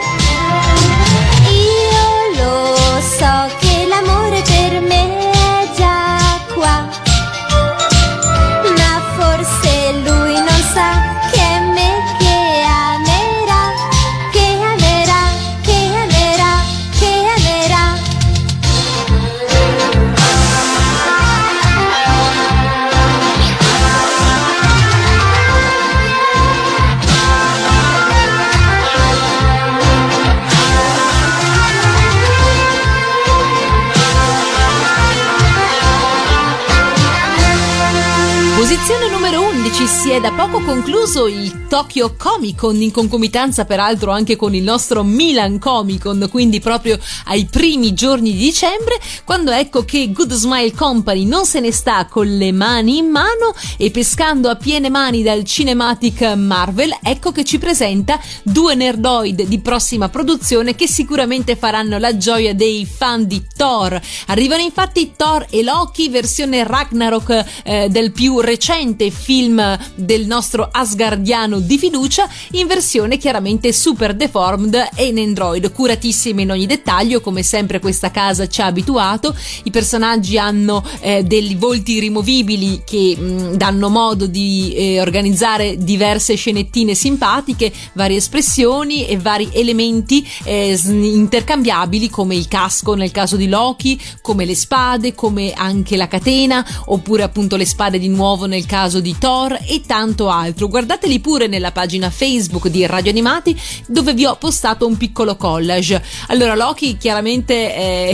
Io lo so che l'amore per me è già qua, ma forse lui non sa che è me che amerà, che amerà, che amerà, che amerà. Posizione numero 11 amici, si è da poco concluso il Tokyo Comic Con, in concomitanza peraltro anche con il nostro Milan Comic Con, quindi proprio ai primi giorni di dicembre, quando ecco che Good Smile Company non se ne sta con le mani in mano e pescando a piene mani dal Cinematic Marvel, ecco che ci presenta due nerdoid di prossima produzione che sicuramente faranno la gioia dei fan di Thor. Arrivano infatti Thor e Loki versione Ragnarok del più recente film del nostro asgardiano di fiducia, in versione chiaramente super deformed e in android, curatissime in ogni dettaglio, come sempre questa casa ci ha abituato. I personaggi hanno dei volti rimovibili che danno modo di organizzare diverse scenettine simpatiche, varie espressioni e vari elementi intercambiabili, come il casco nel caso di Loki, come le spade, come anche la catena, oppure appunto le spade di nuovo nel caso di Thor e tanto altro. Guardateli pure nella pagina Facebook di Radio Animati, dove vi ho postato un piccolo collage. Allora, Loki chiaramente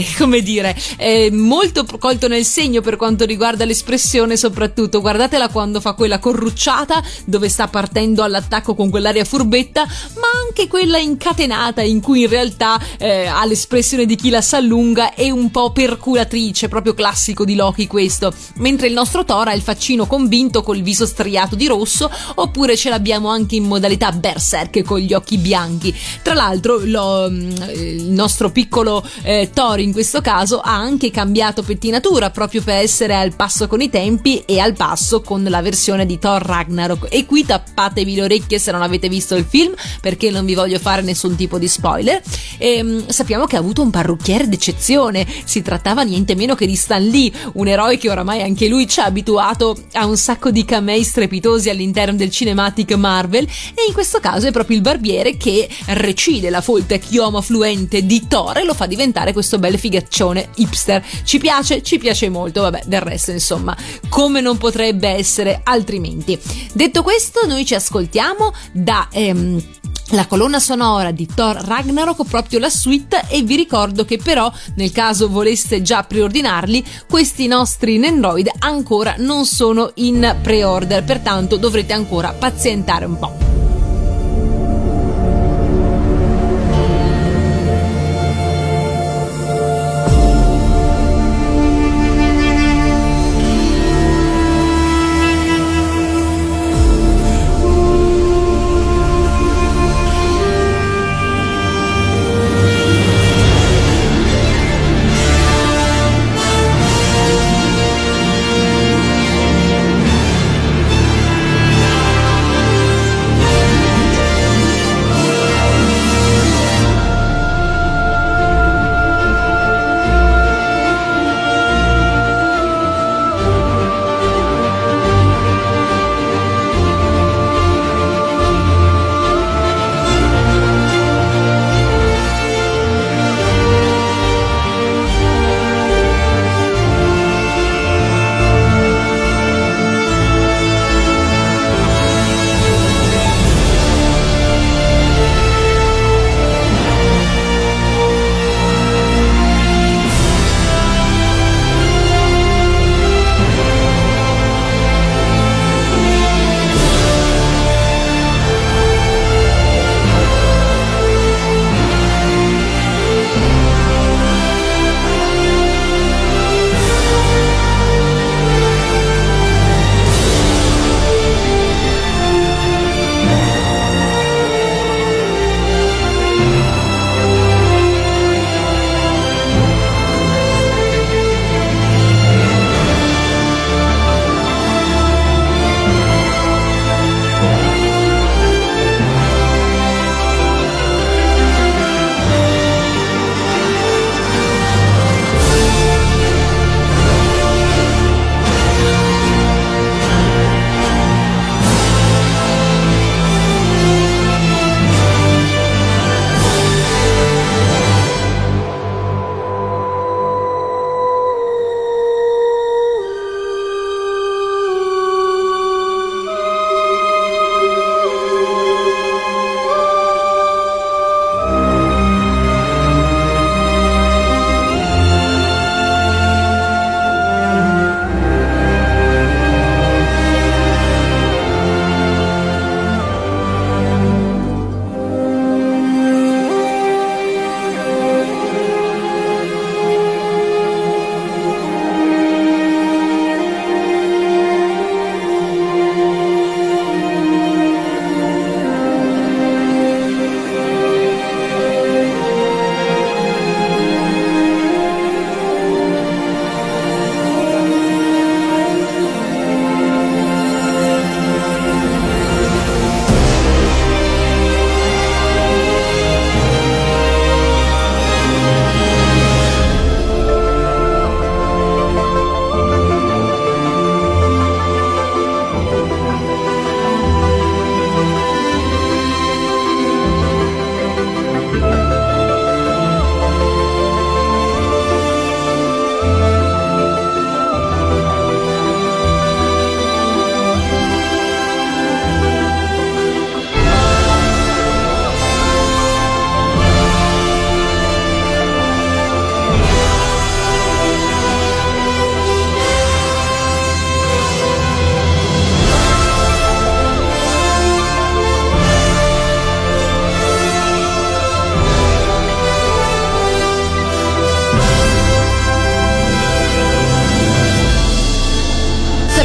è molto colto nel segno per quanto riguarda l'espressione, soprattutto guardatela quando fa quella corrucciata dove sta partendo all'attacco con quell'aria furbetta, ma anche quella incatenata in cui in realtà ha l'espressione di chi la s'allunga e un po' perculatrice, proprio classico di Loki questo, mentre il nostro Thor ha il faccino convinto col viso striato di rosso, oppure ce l'abbiamo anche in modalità berserk con gli occhi bianchi. Tra l'altro il nostro piccolo Thor in questo caso ha anche cambiato pettinatura proprio per essere al passo con i tempi e al passo con la versione di Thor Ragnarok, e qui tappatevi le orecchie se non avete visto il film, perché non vi voglio fare nessun tipo di spoiler. Sappiamo che ha avuto un parrucchiere d'eccezione, si trattava niente meno che di Stan Lee, un eroe che oramai anche lui ci ha abituato a un sacco di camei strepitosi all'interno del Cinematic Marvel, e in questo caso è proprio il barbiere che recide la folta chioma fluente di Thor e lo fa diventare questo bel figaccione hipster. Ci piace molto, vabbè, del resto insomma come non potrebbe essere altrimenti. Detto questo, noi ci ascoltiamo da la colonna sonora di Thor Ragnarok, proprio la suite, e vi ricordo che però nel caso voleste già preordinarli, questi nostri Nendroid ancora non sono in pre-order, pertanto dovrete ancora pazientare un po'.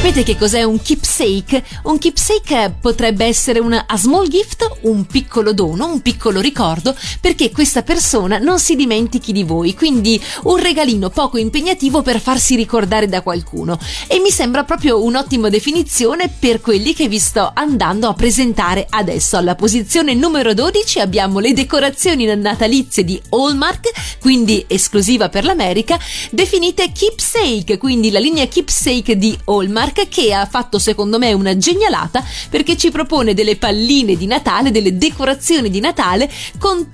Sapete che cos'è un keepsake? Un keepsake potrebbe essere a small gift, un piccolo dono, un piccolo ricordo, perché questa persona non si dimentichi di voi, quindi un regalino poco impegnativo per farsi ricordare da qualcuno. E mi sembra proprio un'ottima definizione per quelli che vi sto andando a presentare adesso. Alla posizione numero 12 abbiamo le decorazioni natalizie di Hallmark, quindi esclusiva per l'America, definite keepsake, quindi la linea keepsake di Hallmark, che ha fatto secondo me una genialata, perché ci propone delle palline di Natale, delle decorazioni di Natale con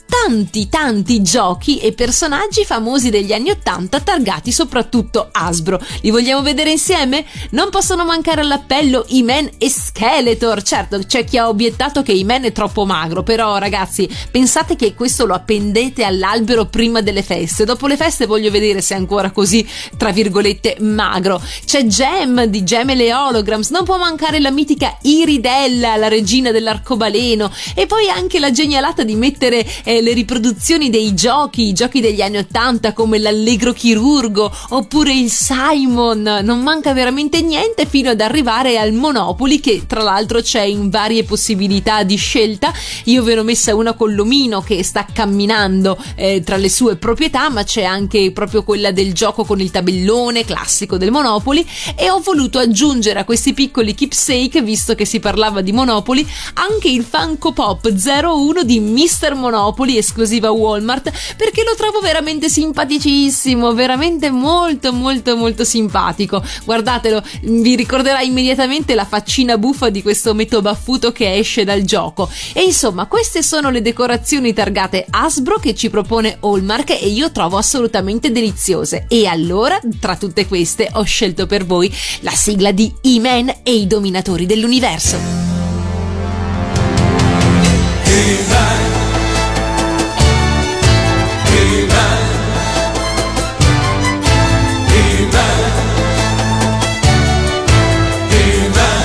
tanti giochi e personaggi famosi degli anni '80, targati soprattutto Hasbro. Li vogliamo vedere insieme? Non possono mancare all'appello He-Man e Skeletor. Certo, c'è chi ha obiettato che He-Man è troppo magro, però ragazzi, pensate che questo lo appendete all'albero prima delle feste. Dopo le feste voglio vedere se è ancora così, tra virgolette, magro. C'è Gem di Gem e le Holograms, non può mancare la mitica Iridella, la regina dell'arcobaleno, e poi anche la genialata di mettere le riproduzioni dei giochi, i giochi degli anni '80 come l'Allegro Chirurgo oppure il Simon. Non manca veramente niente, fino ad arrivare al Monopoly, che tra l'altro c'è in varie possibilità di scelta. Io ve ne ho messa una con l'omino che sta camminando tra le sue proprietà, ma c'è anche proprio quella del gioco con il tabellone classico del Monopoly, e ho voluto aggiungere a questi piccoli keepsake, visto che si parlava di Monopoly, anche il Funko Pop 01 di Mr. Monopoly, esclusiva Walmart, perché lo trovo veramente simpaticissimo, veramente molto simpatico. Guardatelo, vi ricorderà immediatamente la faccina buffa di questo ometto baffuto che esce dal gioco. E insomma, queste sono le decorazioni targate Hasbro che ci propone Hallmark, e io trovo assolutamente deliziose. E allora, tra tutte queste, ho scelto per voi la sigla di He-Man e i dominatori dell'universo. He-Man, He-Man, He-Man, He-Man.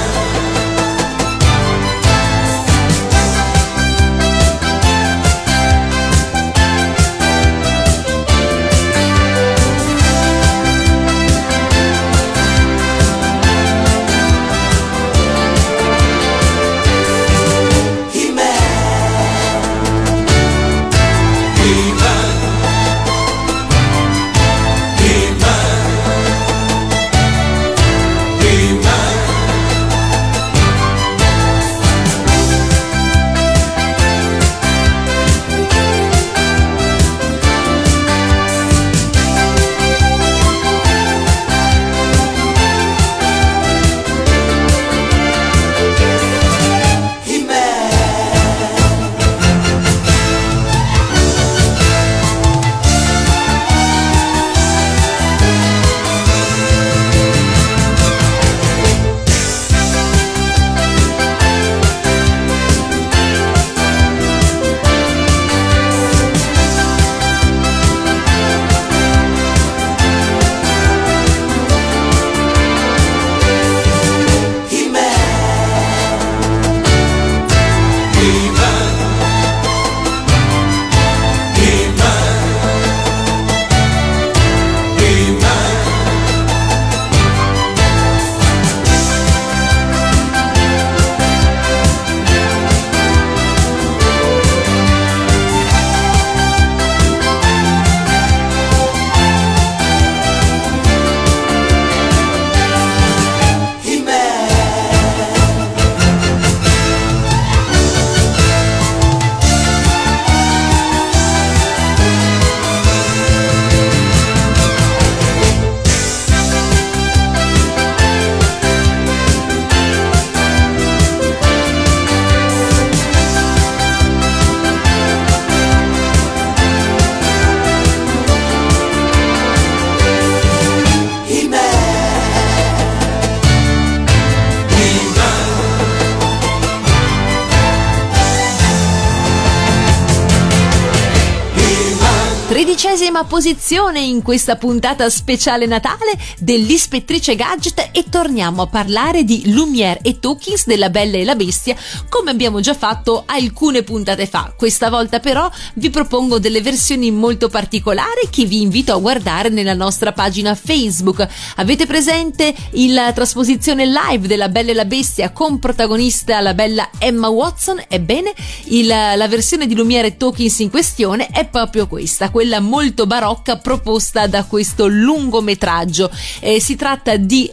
13ª posizione in questa puntata speciale Natale dell'Ispettrice Gadget, e torniamo a parlare di Lumière e Tokens della Bella e la Bestia, come abbiamo già fatto alcune puntate fa. Questa volta però vi propongo delle versioni molto particolari che vi invito a guardare nella nostra pagina Facebook. Avete presente la trasposizione live della Bella e la Bestia con protagonista la bella Emma Watson? Ebbene, la versione di Lumière e Tokens in questione è proprio questa, quella molto barocca proposta da questo lungometraggio. Si tratta di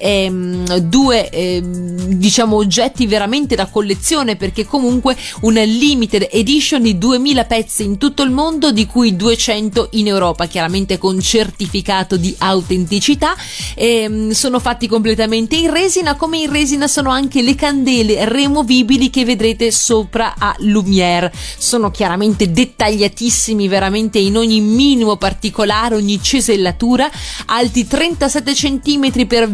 due diciamo oggetti veramente da collezione, perché comunque una limited edition di 2000 pezzi in tutto il mondo, di cui 200 in Europa, chiaramente con certificato di autenticità. Sono fatti completamente in resina, come in resina sono anche le candele removibili che vedrete sopra a Lumière. Sono chiaramente dettagliatissimi, veramente in ogni minimo particolare, ogni cesellatura, alti 37 cm per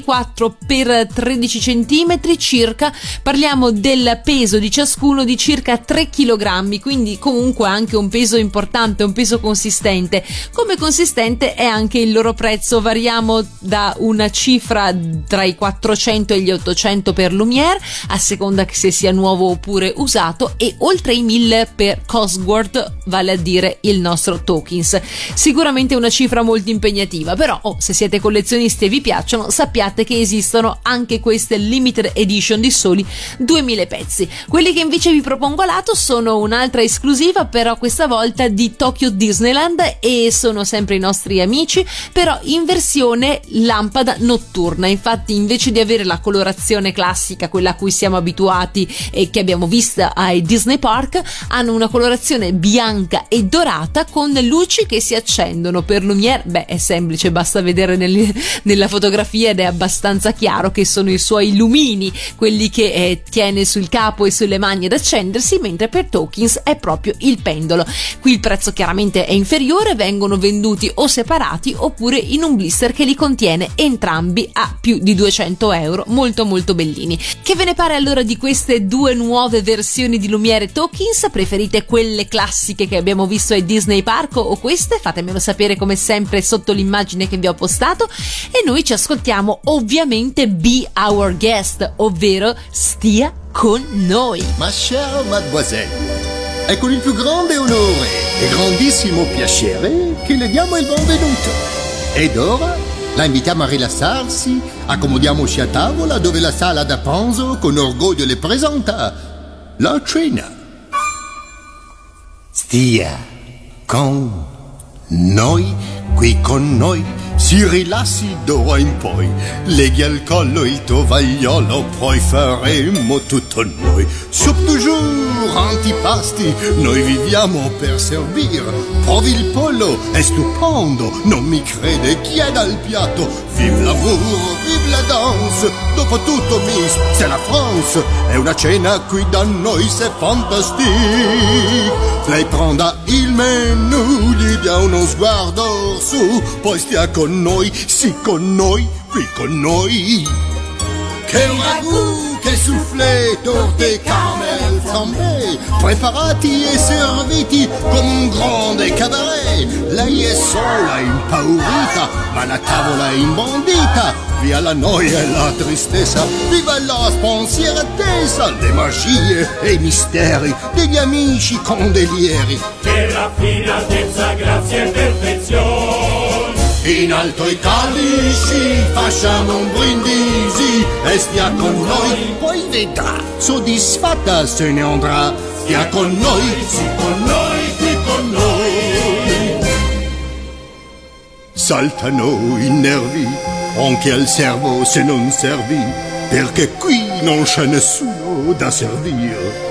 24 per 13 cm circa. Parliamo del peso di ciascuno di circa 3 kg, quindi comunque anche un peso importante, un peso consistente. Come consistente è anche il loro prezzo, variamo da una cifra tra i 400 e gli 800 per Lumière, a seconda che se sia nuovo oppure usato, e oltre i 1000 per Cosworth, vale a dire il nostro Tokens. Sicuramente una cifra molto impegnativa, però se siete collezionisti e vi piacciono, sappiate che esistono anche queste limited edition di soli 2000 pezzi. Quelli che invece vi propongo a lato sono un'altra esclusiva, però questa volta di Tokyo Disneyland, e sono sempre i nostri amici, però in versione lampada notturna. Infatti, invece di avere la colorazione classica, quella a cui siamo abituati e che abbiamo visto ai Disney Park, hanno una colorazione bianca e dorata con luci che si accendono. Per Lumière, è semplice, basta vedere nella fotografia ed è abbastanza chiaro che sono i suoi lumini, quelli che tiene sul capo e sulle mani ad accendersi, mentre per Tokens è proprio il pendolo. Qui il prezzo chiaramente è inferiore, vengono venduti o separati oppure in un blister che li contiene entrambi a più di 200 euro, molto molto bellini. Che ve ne pare allora di queste due nuove versioni di Lumière e Tokens? Preferite quelle classiche che abbiamo visto ai Disney Park o queste? Fatemelo sapere come sempre sotto l'immagine che vi ho postato, e noi ci ascoltiamo ovviamente Be Our Guest, ovvero Stia con noi. Ma chère mademoiselle, è con il più grande onore e grandissimo piacere che le diamo il benvenuto. Ed ora la invitiamo a rilassarsi, accomodiamoci a tavola dove la sala da pranzo con orgoglio le presenta la cena. Stia con noi, qui con noi, si rilassi d'ora in poi, leghi al collo il tovagliolo, poi faremo tutto noi. Soup du jour, antipasti, noi viviamo per servir. Provi il pollo, è stupendo, non mi crede, chieda il piatto. Vive l'amour, vive la danse, dopo tutto Miss, c'est la France. È una cena qui da noi, c'est fantastique. Lei prenda il menù, gli dia uno sguardo su, poi stia con noi, sì con noi, qui con noi. Che ragù, che soufflé, torte, caramel, flambé, preparati e serviti come un grande cabaret. Lei è sola, impaurita, ma la tavola è imbondita. Via la noia e la tristezza, viva la spensieratezza, le magie e i misteri degli amici condelieri. Che raffinatezza, grazia e perfezione. In alto i calici, facciamo un brindisi e stia con noi, poi vedrà, soddisfatta se ne andrà. Stia con noi, sì con noi, qui con noi. Saltano i nervi, anche al servo se non servi, perché qui non c'è nessuno da servire.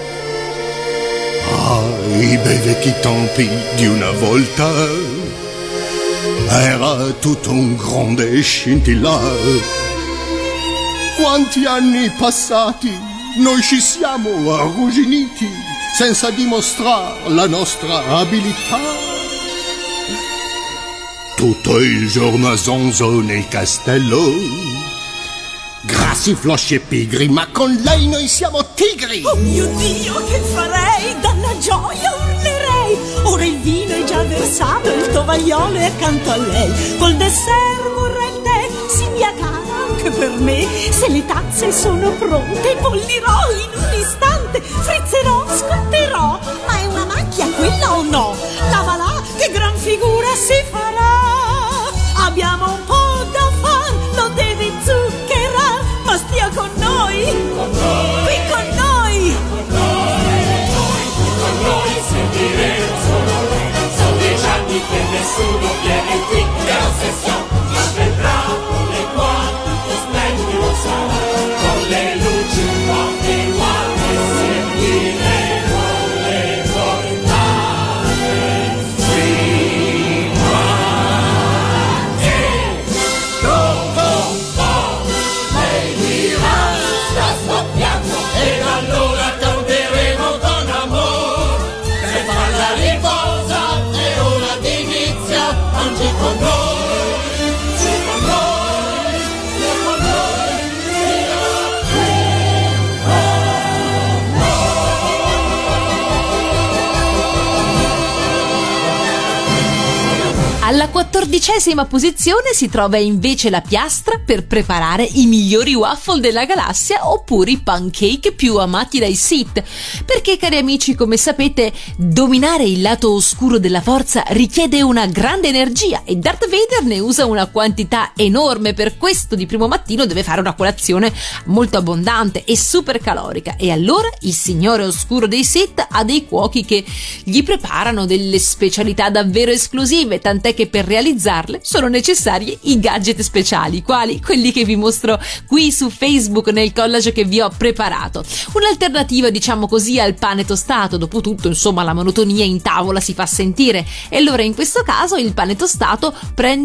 Ah, i bei vecchi tempi di una volta, era tutto un grande scintillare. Quanti anni passati noi ci siamo arrugginiti senza dimostrare la nostra abilità. Tutto il giorno a zonzo nel castello, grassi, flosci e pigri, ma con lei noi siamo tigri. Oh mio Dio, che farei? Dalla gioia urlerei. mai. Ora il vino è già versato, il tovagliolo è accanto a lei. Col dessert vorrà il tè, sì mia cara, anche per me. Se le tazze sono pronte, bollirò in un istante, frizzerò, scotterò. Ma è una macchia quella o no? Lavala, che gran figura si farà. Abbiamo un po' da far, non deve zuccherar, ma stia con noi, qui con noi. Con noi sentiremo solo noi. Sono 10 anni che nessuno viene qui. Che ossessione, ma vedrà le quanto splendido sarà. Con le luci un po' più alte sentiremo le portate. Prima che dopo un po' lei dirà sta scoppiando ed allora canteremo con amore. Per farla riposa è ora d'inizio, oggi con noi, sì con noi, sì con noi, Alla 14ª posizione si trova invece la piastra per preparare i migliori waffle della galassia, oppure i pancake più amati dai Sith. Perché, cari amici, come sapete, dominare il lato oscuro della forza richiede una grande energia e Darth Vader ne usa una quantità enorme. Per questo di primo mattino deve fare una colazione molto abbondante e super calorica, e allora il signore oscuro dei Sith ha dei cuochi che gli preparano delle specialità davvero esclusive, tant'è che per realizzarle sono necessari i gadget speciali, quali quelli che vi mostro qui su Facebook nel collage che vi ho preparato. Un'alternativa, diciamo così, al pane tostato. Dopotutto, insomma, la monotonia in tavola si fa sentire, e allora in questo caso il pane tostato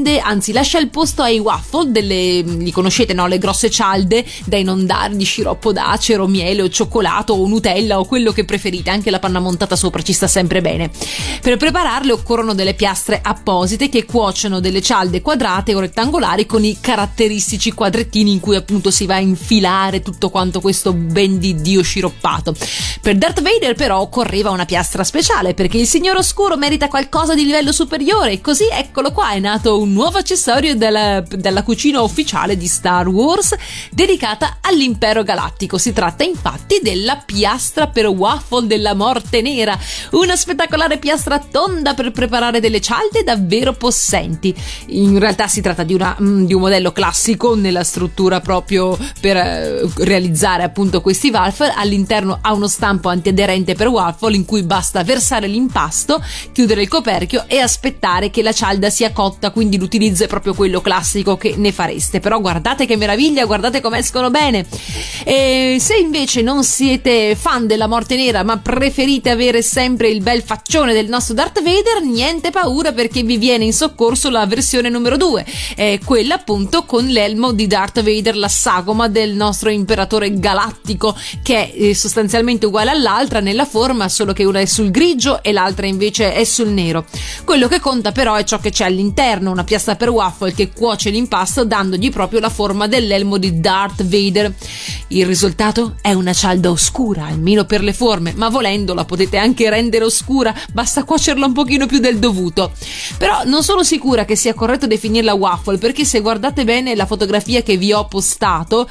lascia il posto ai waffle, li conoscete, no? Le grosse cialde da inondare di sciroppo d'acero, miele o cioccolato o Nutella o quello che preferite, anche la panna montata sopra ci sta sempre bene. Per prepararle occorrono delle piastre apposite che cuociono delle cialde quadrate o rettangolari con i caratteristici quadrettini in cui appunto si va a infilare tutto quanto questo ben di Dio sciroppato. Per Darth Vader però occorreva una piastra speciale, perché il signor oscuro merita qualcosa di livello superiore, e così eccolo qua, è nato un nuovo accessorio dalla cucina ufficiale di Star Wars dedicata all'impero galattico. Si tratta infatti della piastra per waffle della morte nera, una spettacolare piastra tonda per preparare delle cialde davvero possenti. In realtà si tratta di un modello classico nella struttura proprio per realizzare appunto questi waffle. All'interno ha uno stampo antiaderente per waffle in cui basta versare l'impasto, chiudere il coperchio e aspettare che la cialda sia cotta, quindi l'utilizzo è proprio quello classico che ne fareste. Però guardate che meraviglia, guardate come escono bene. E se invece non siete fan della morte nera ma preferite avere sempre il bel faccione del nostro Darth Vader, niente paura, perché vi viene in soccorso la versione numero 2, quella appunto con l'elmo di Darth Vader, la sagoma del nostro imperatore galattico, che è sostanzialmente uguale all'altra nella forma, solo che una è sul grigio e l'altra invece è sul nero. Quello che conta però è ciò che c'è all'interno, una piastra per waffle che cuoce l'impasto dandogli proprio la forma dell'elmo di Darth Vader. Il risultato è una cialda oscura, almeno per le forme, ma volendo la potete anche rendere oscura, basta cuocerla un pochino più del dovuto. Però non sono sicura che sia corretto definirla waffle, perché se guardate bene la fotografia che vi ho postato,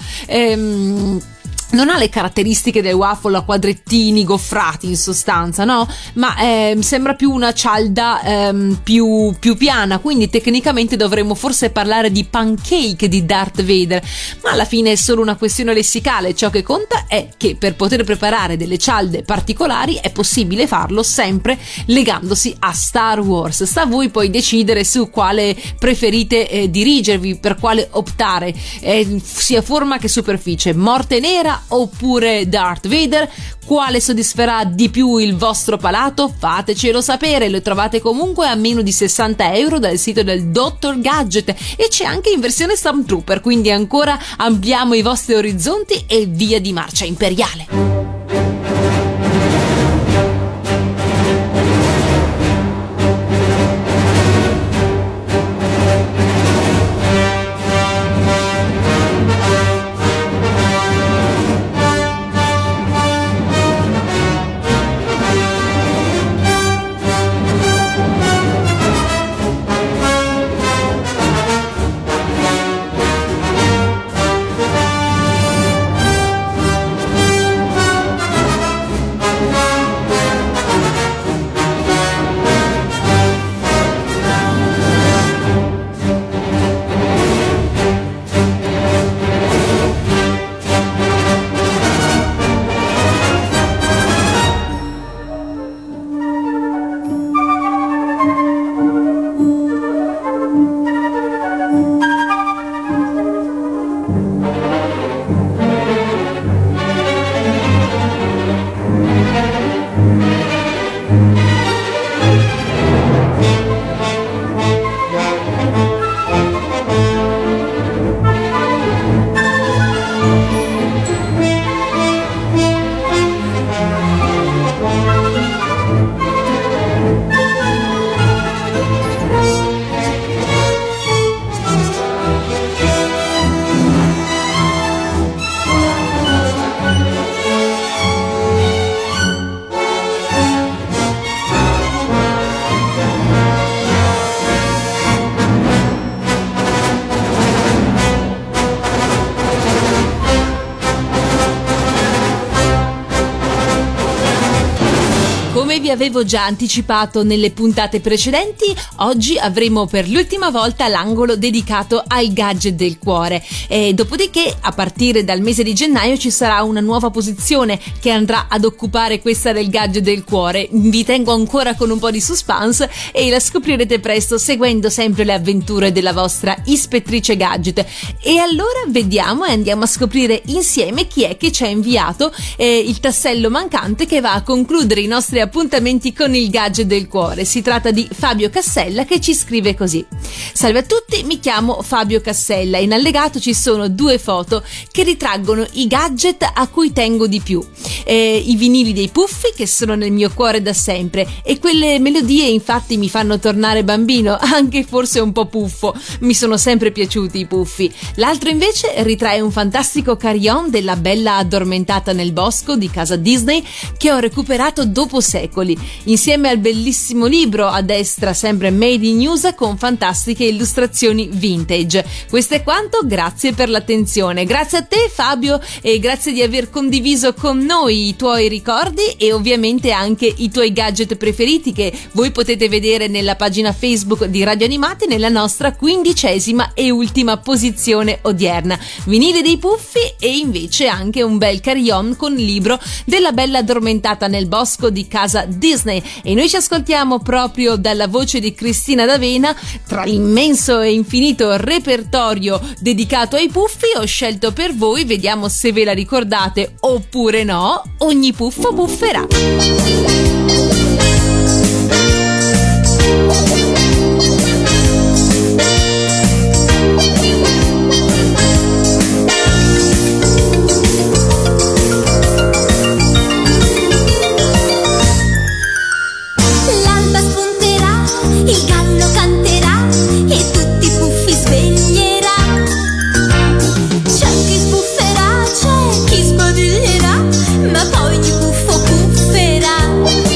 non ha le caratteristiche del waffle a quadrettini goffrati in sostanza, no? Ma sembra più una cialda più piana, quindi tecnicamente dovremmo forse parlare di pancake di Darth Vader, ma alla fine è solo una questione lessicale. Ciò che conta è che per poter preparare delle cialde particolari è possibile farlo sempre legandosi a Star Wars. Sta a voi poi decidere su quale preferite dirigervi, per quale optare, sia forma che superficie, morte nera oppure Darth Vader. Quale soddisferà di più il vostro palato? Fatecelo sapere. Lo trovate comunque a meno di 60 euro dal sito del Dr. Gadget, e c'è anche in versione Stormtrooper, quindi ancora ampliamo i vostri orizzonti e via di marcia imperiale. Come vi avevo già anticipato nelle puntate precedenti, oggi avremo per l'ultima volta l'angolo dedicato al gadget del cuore. E dopodiché, a partire dal mese di gennaio, ci sarà una nuova posizione che andrà ad occupare questa del gadget del cuore. Vi tengo ancora con un po' di suspense e la scoprirete presto seguendo sempre le avventure della vostra ispettrice gadget. E allora vediamo e andiamo a scoprire insieme chi è che ci ha inviato il tassello mancante che va a concludere i nostri appuntamenti con il gadget del cuore. Si tratta di Fabio Cassella, che ci scrive così: salve a tutti, mi chiamo Fabio Cassella. In allegato ci sono 2 foto che ritraggono i gadget a cui tengo di più, i vinili dei Puffi, che sono nel mio cuore da sempre, e quelle melodie infatti mi fanno tornare bambino, anche forse un po' puffo. Mi sono sempre piaciuti i Puffi. L'altro invece ritrae un fantastico carillon della Bella addormentata nel bosco di casa Disney, che ho recuperato dopo secoli, insieme al bellissimo libro a destra, sempre made in USA, con fantastiche illustrazioni vintage. Questo è quanto, grazie per l'attenzione. Grazie a te Fabio, e grazie di aver condiviso con noi i tuoi ricordi e ovviamente anche i tuoi gadget preferiti, che voi potete vedere nella pagina Facebook di Radio Animati nella nostra 15ª e ultima posizione odierna. Vinile dei Puffi e invece anche un bel carillon con libro della Bella addormentata nel bosco di casa Disney. E noi ci ascoltiamo proprio dalla voce di Cristina D'Avena. Tra l'immenso e infinito repertorio dedicato ai Puffi ho scelto per voi, vediamo se ve la ricordate oppure no, Ogni puffo bufferà. L'alba spunterà, il gallo canterà e tutti i puffi sveglierà. C'è chi sbufferà, c'è chi sbadiglierà, ma poi ogni puffo pufferà.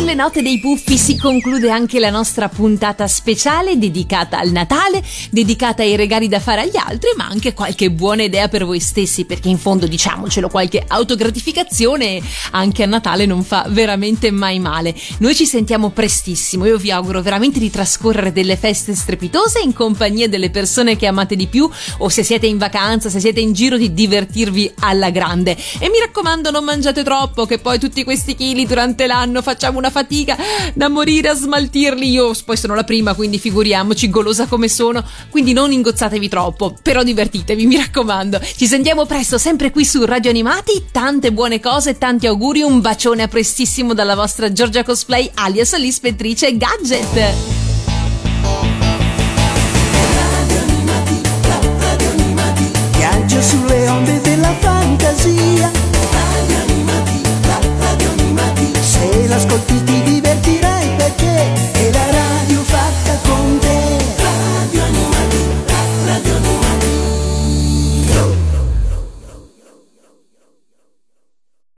le note dei Puffi si conclude anche la nostra puntata speciale dedicata al Natale, dedicata ai regali da fare agli altri, ma anche qualche buona idea per voi stessi, perché in fondo, diciamocelo, qualche autogratificazione anche a Natale non fa veramente mai male. Noi ci sentiamo prestissimo, io vi auguro veramente di trascorrere delle feste strepitose in compagnia delle persone che amate di più, o se siete in vacanza, se siete in giro, di divertirvi alla grande. E mi raccomando, non mangiate troppo, che poi tutti questi chili durante l'anno facciamo una fatica da morire a smaltirli. Io poi sono la prima, quindi figuriamoci, golosa come sono, quindi non ingozzatevi troppo, però divertitevi, mi raccomando. Ci sentiamo presto, sempre qui su Radio Animati. Tante buone cose, tanti auguri, un bacione, a prestissimo dalla vostra Giorgia Cosplay alias l'ispettrice Gadget. Viaggio sulle onde della fantasia. Radio Animati, Radio Animati. Se l'ascolti ti divertirai, perché è la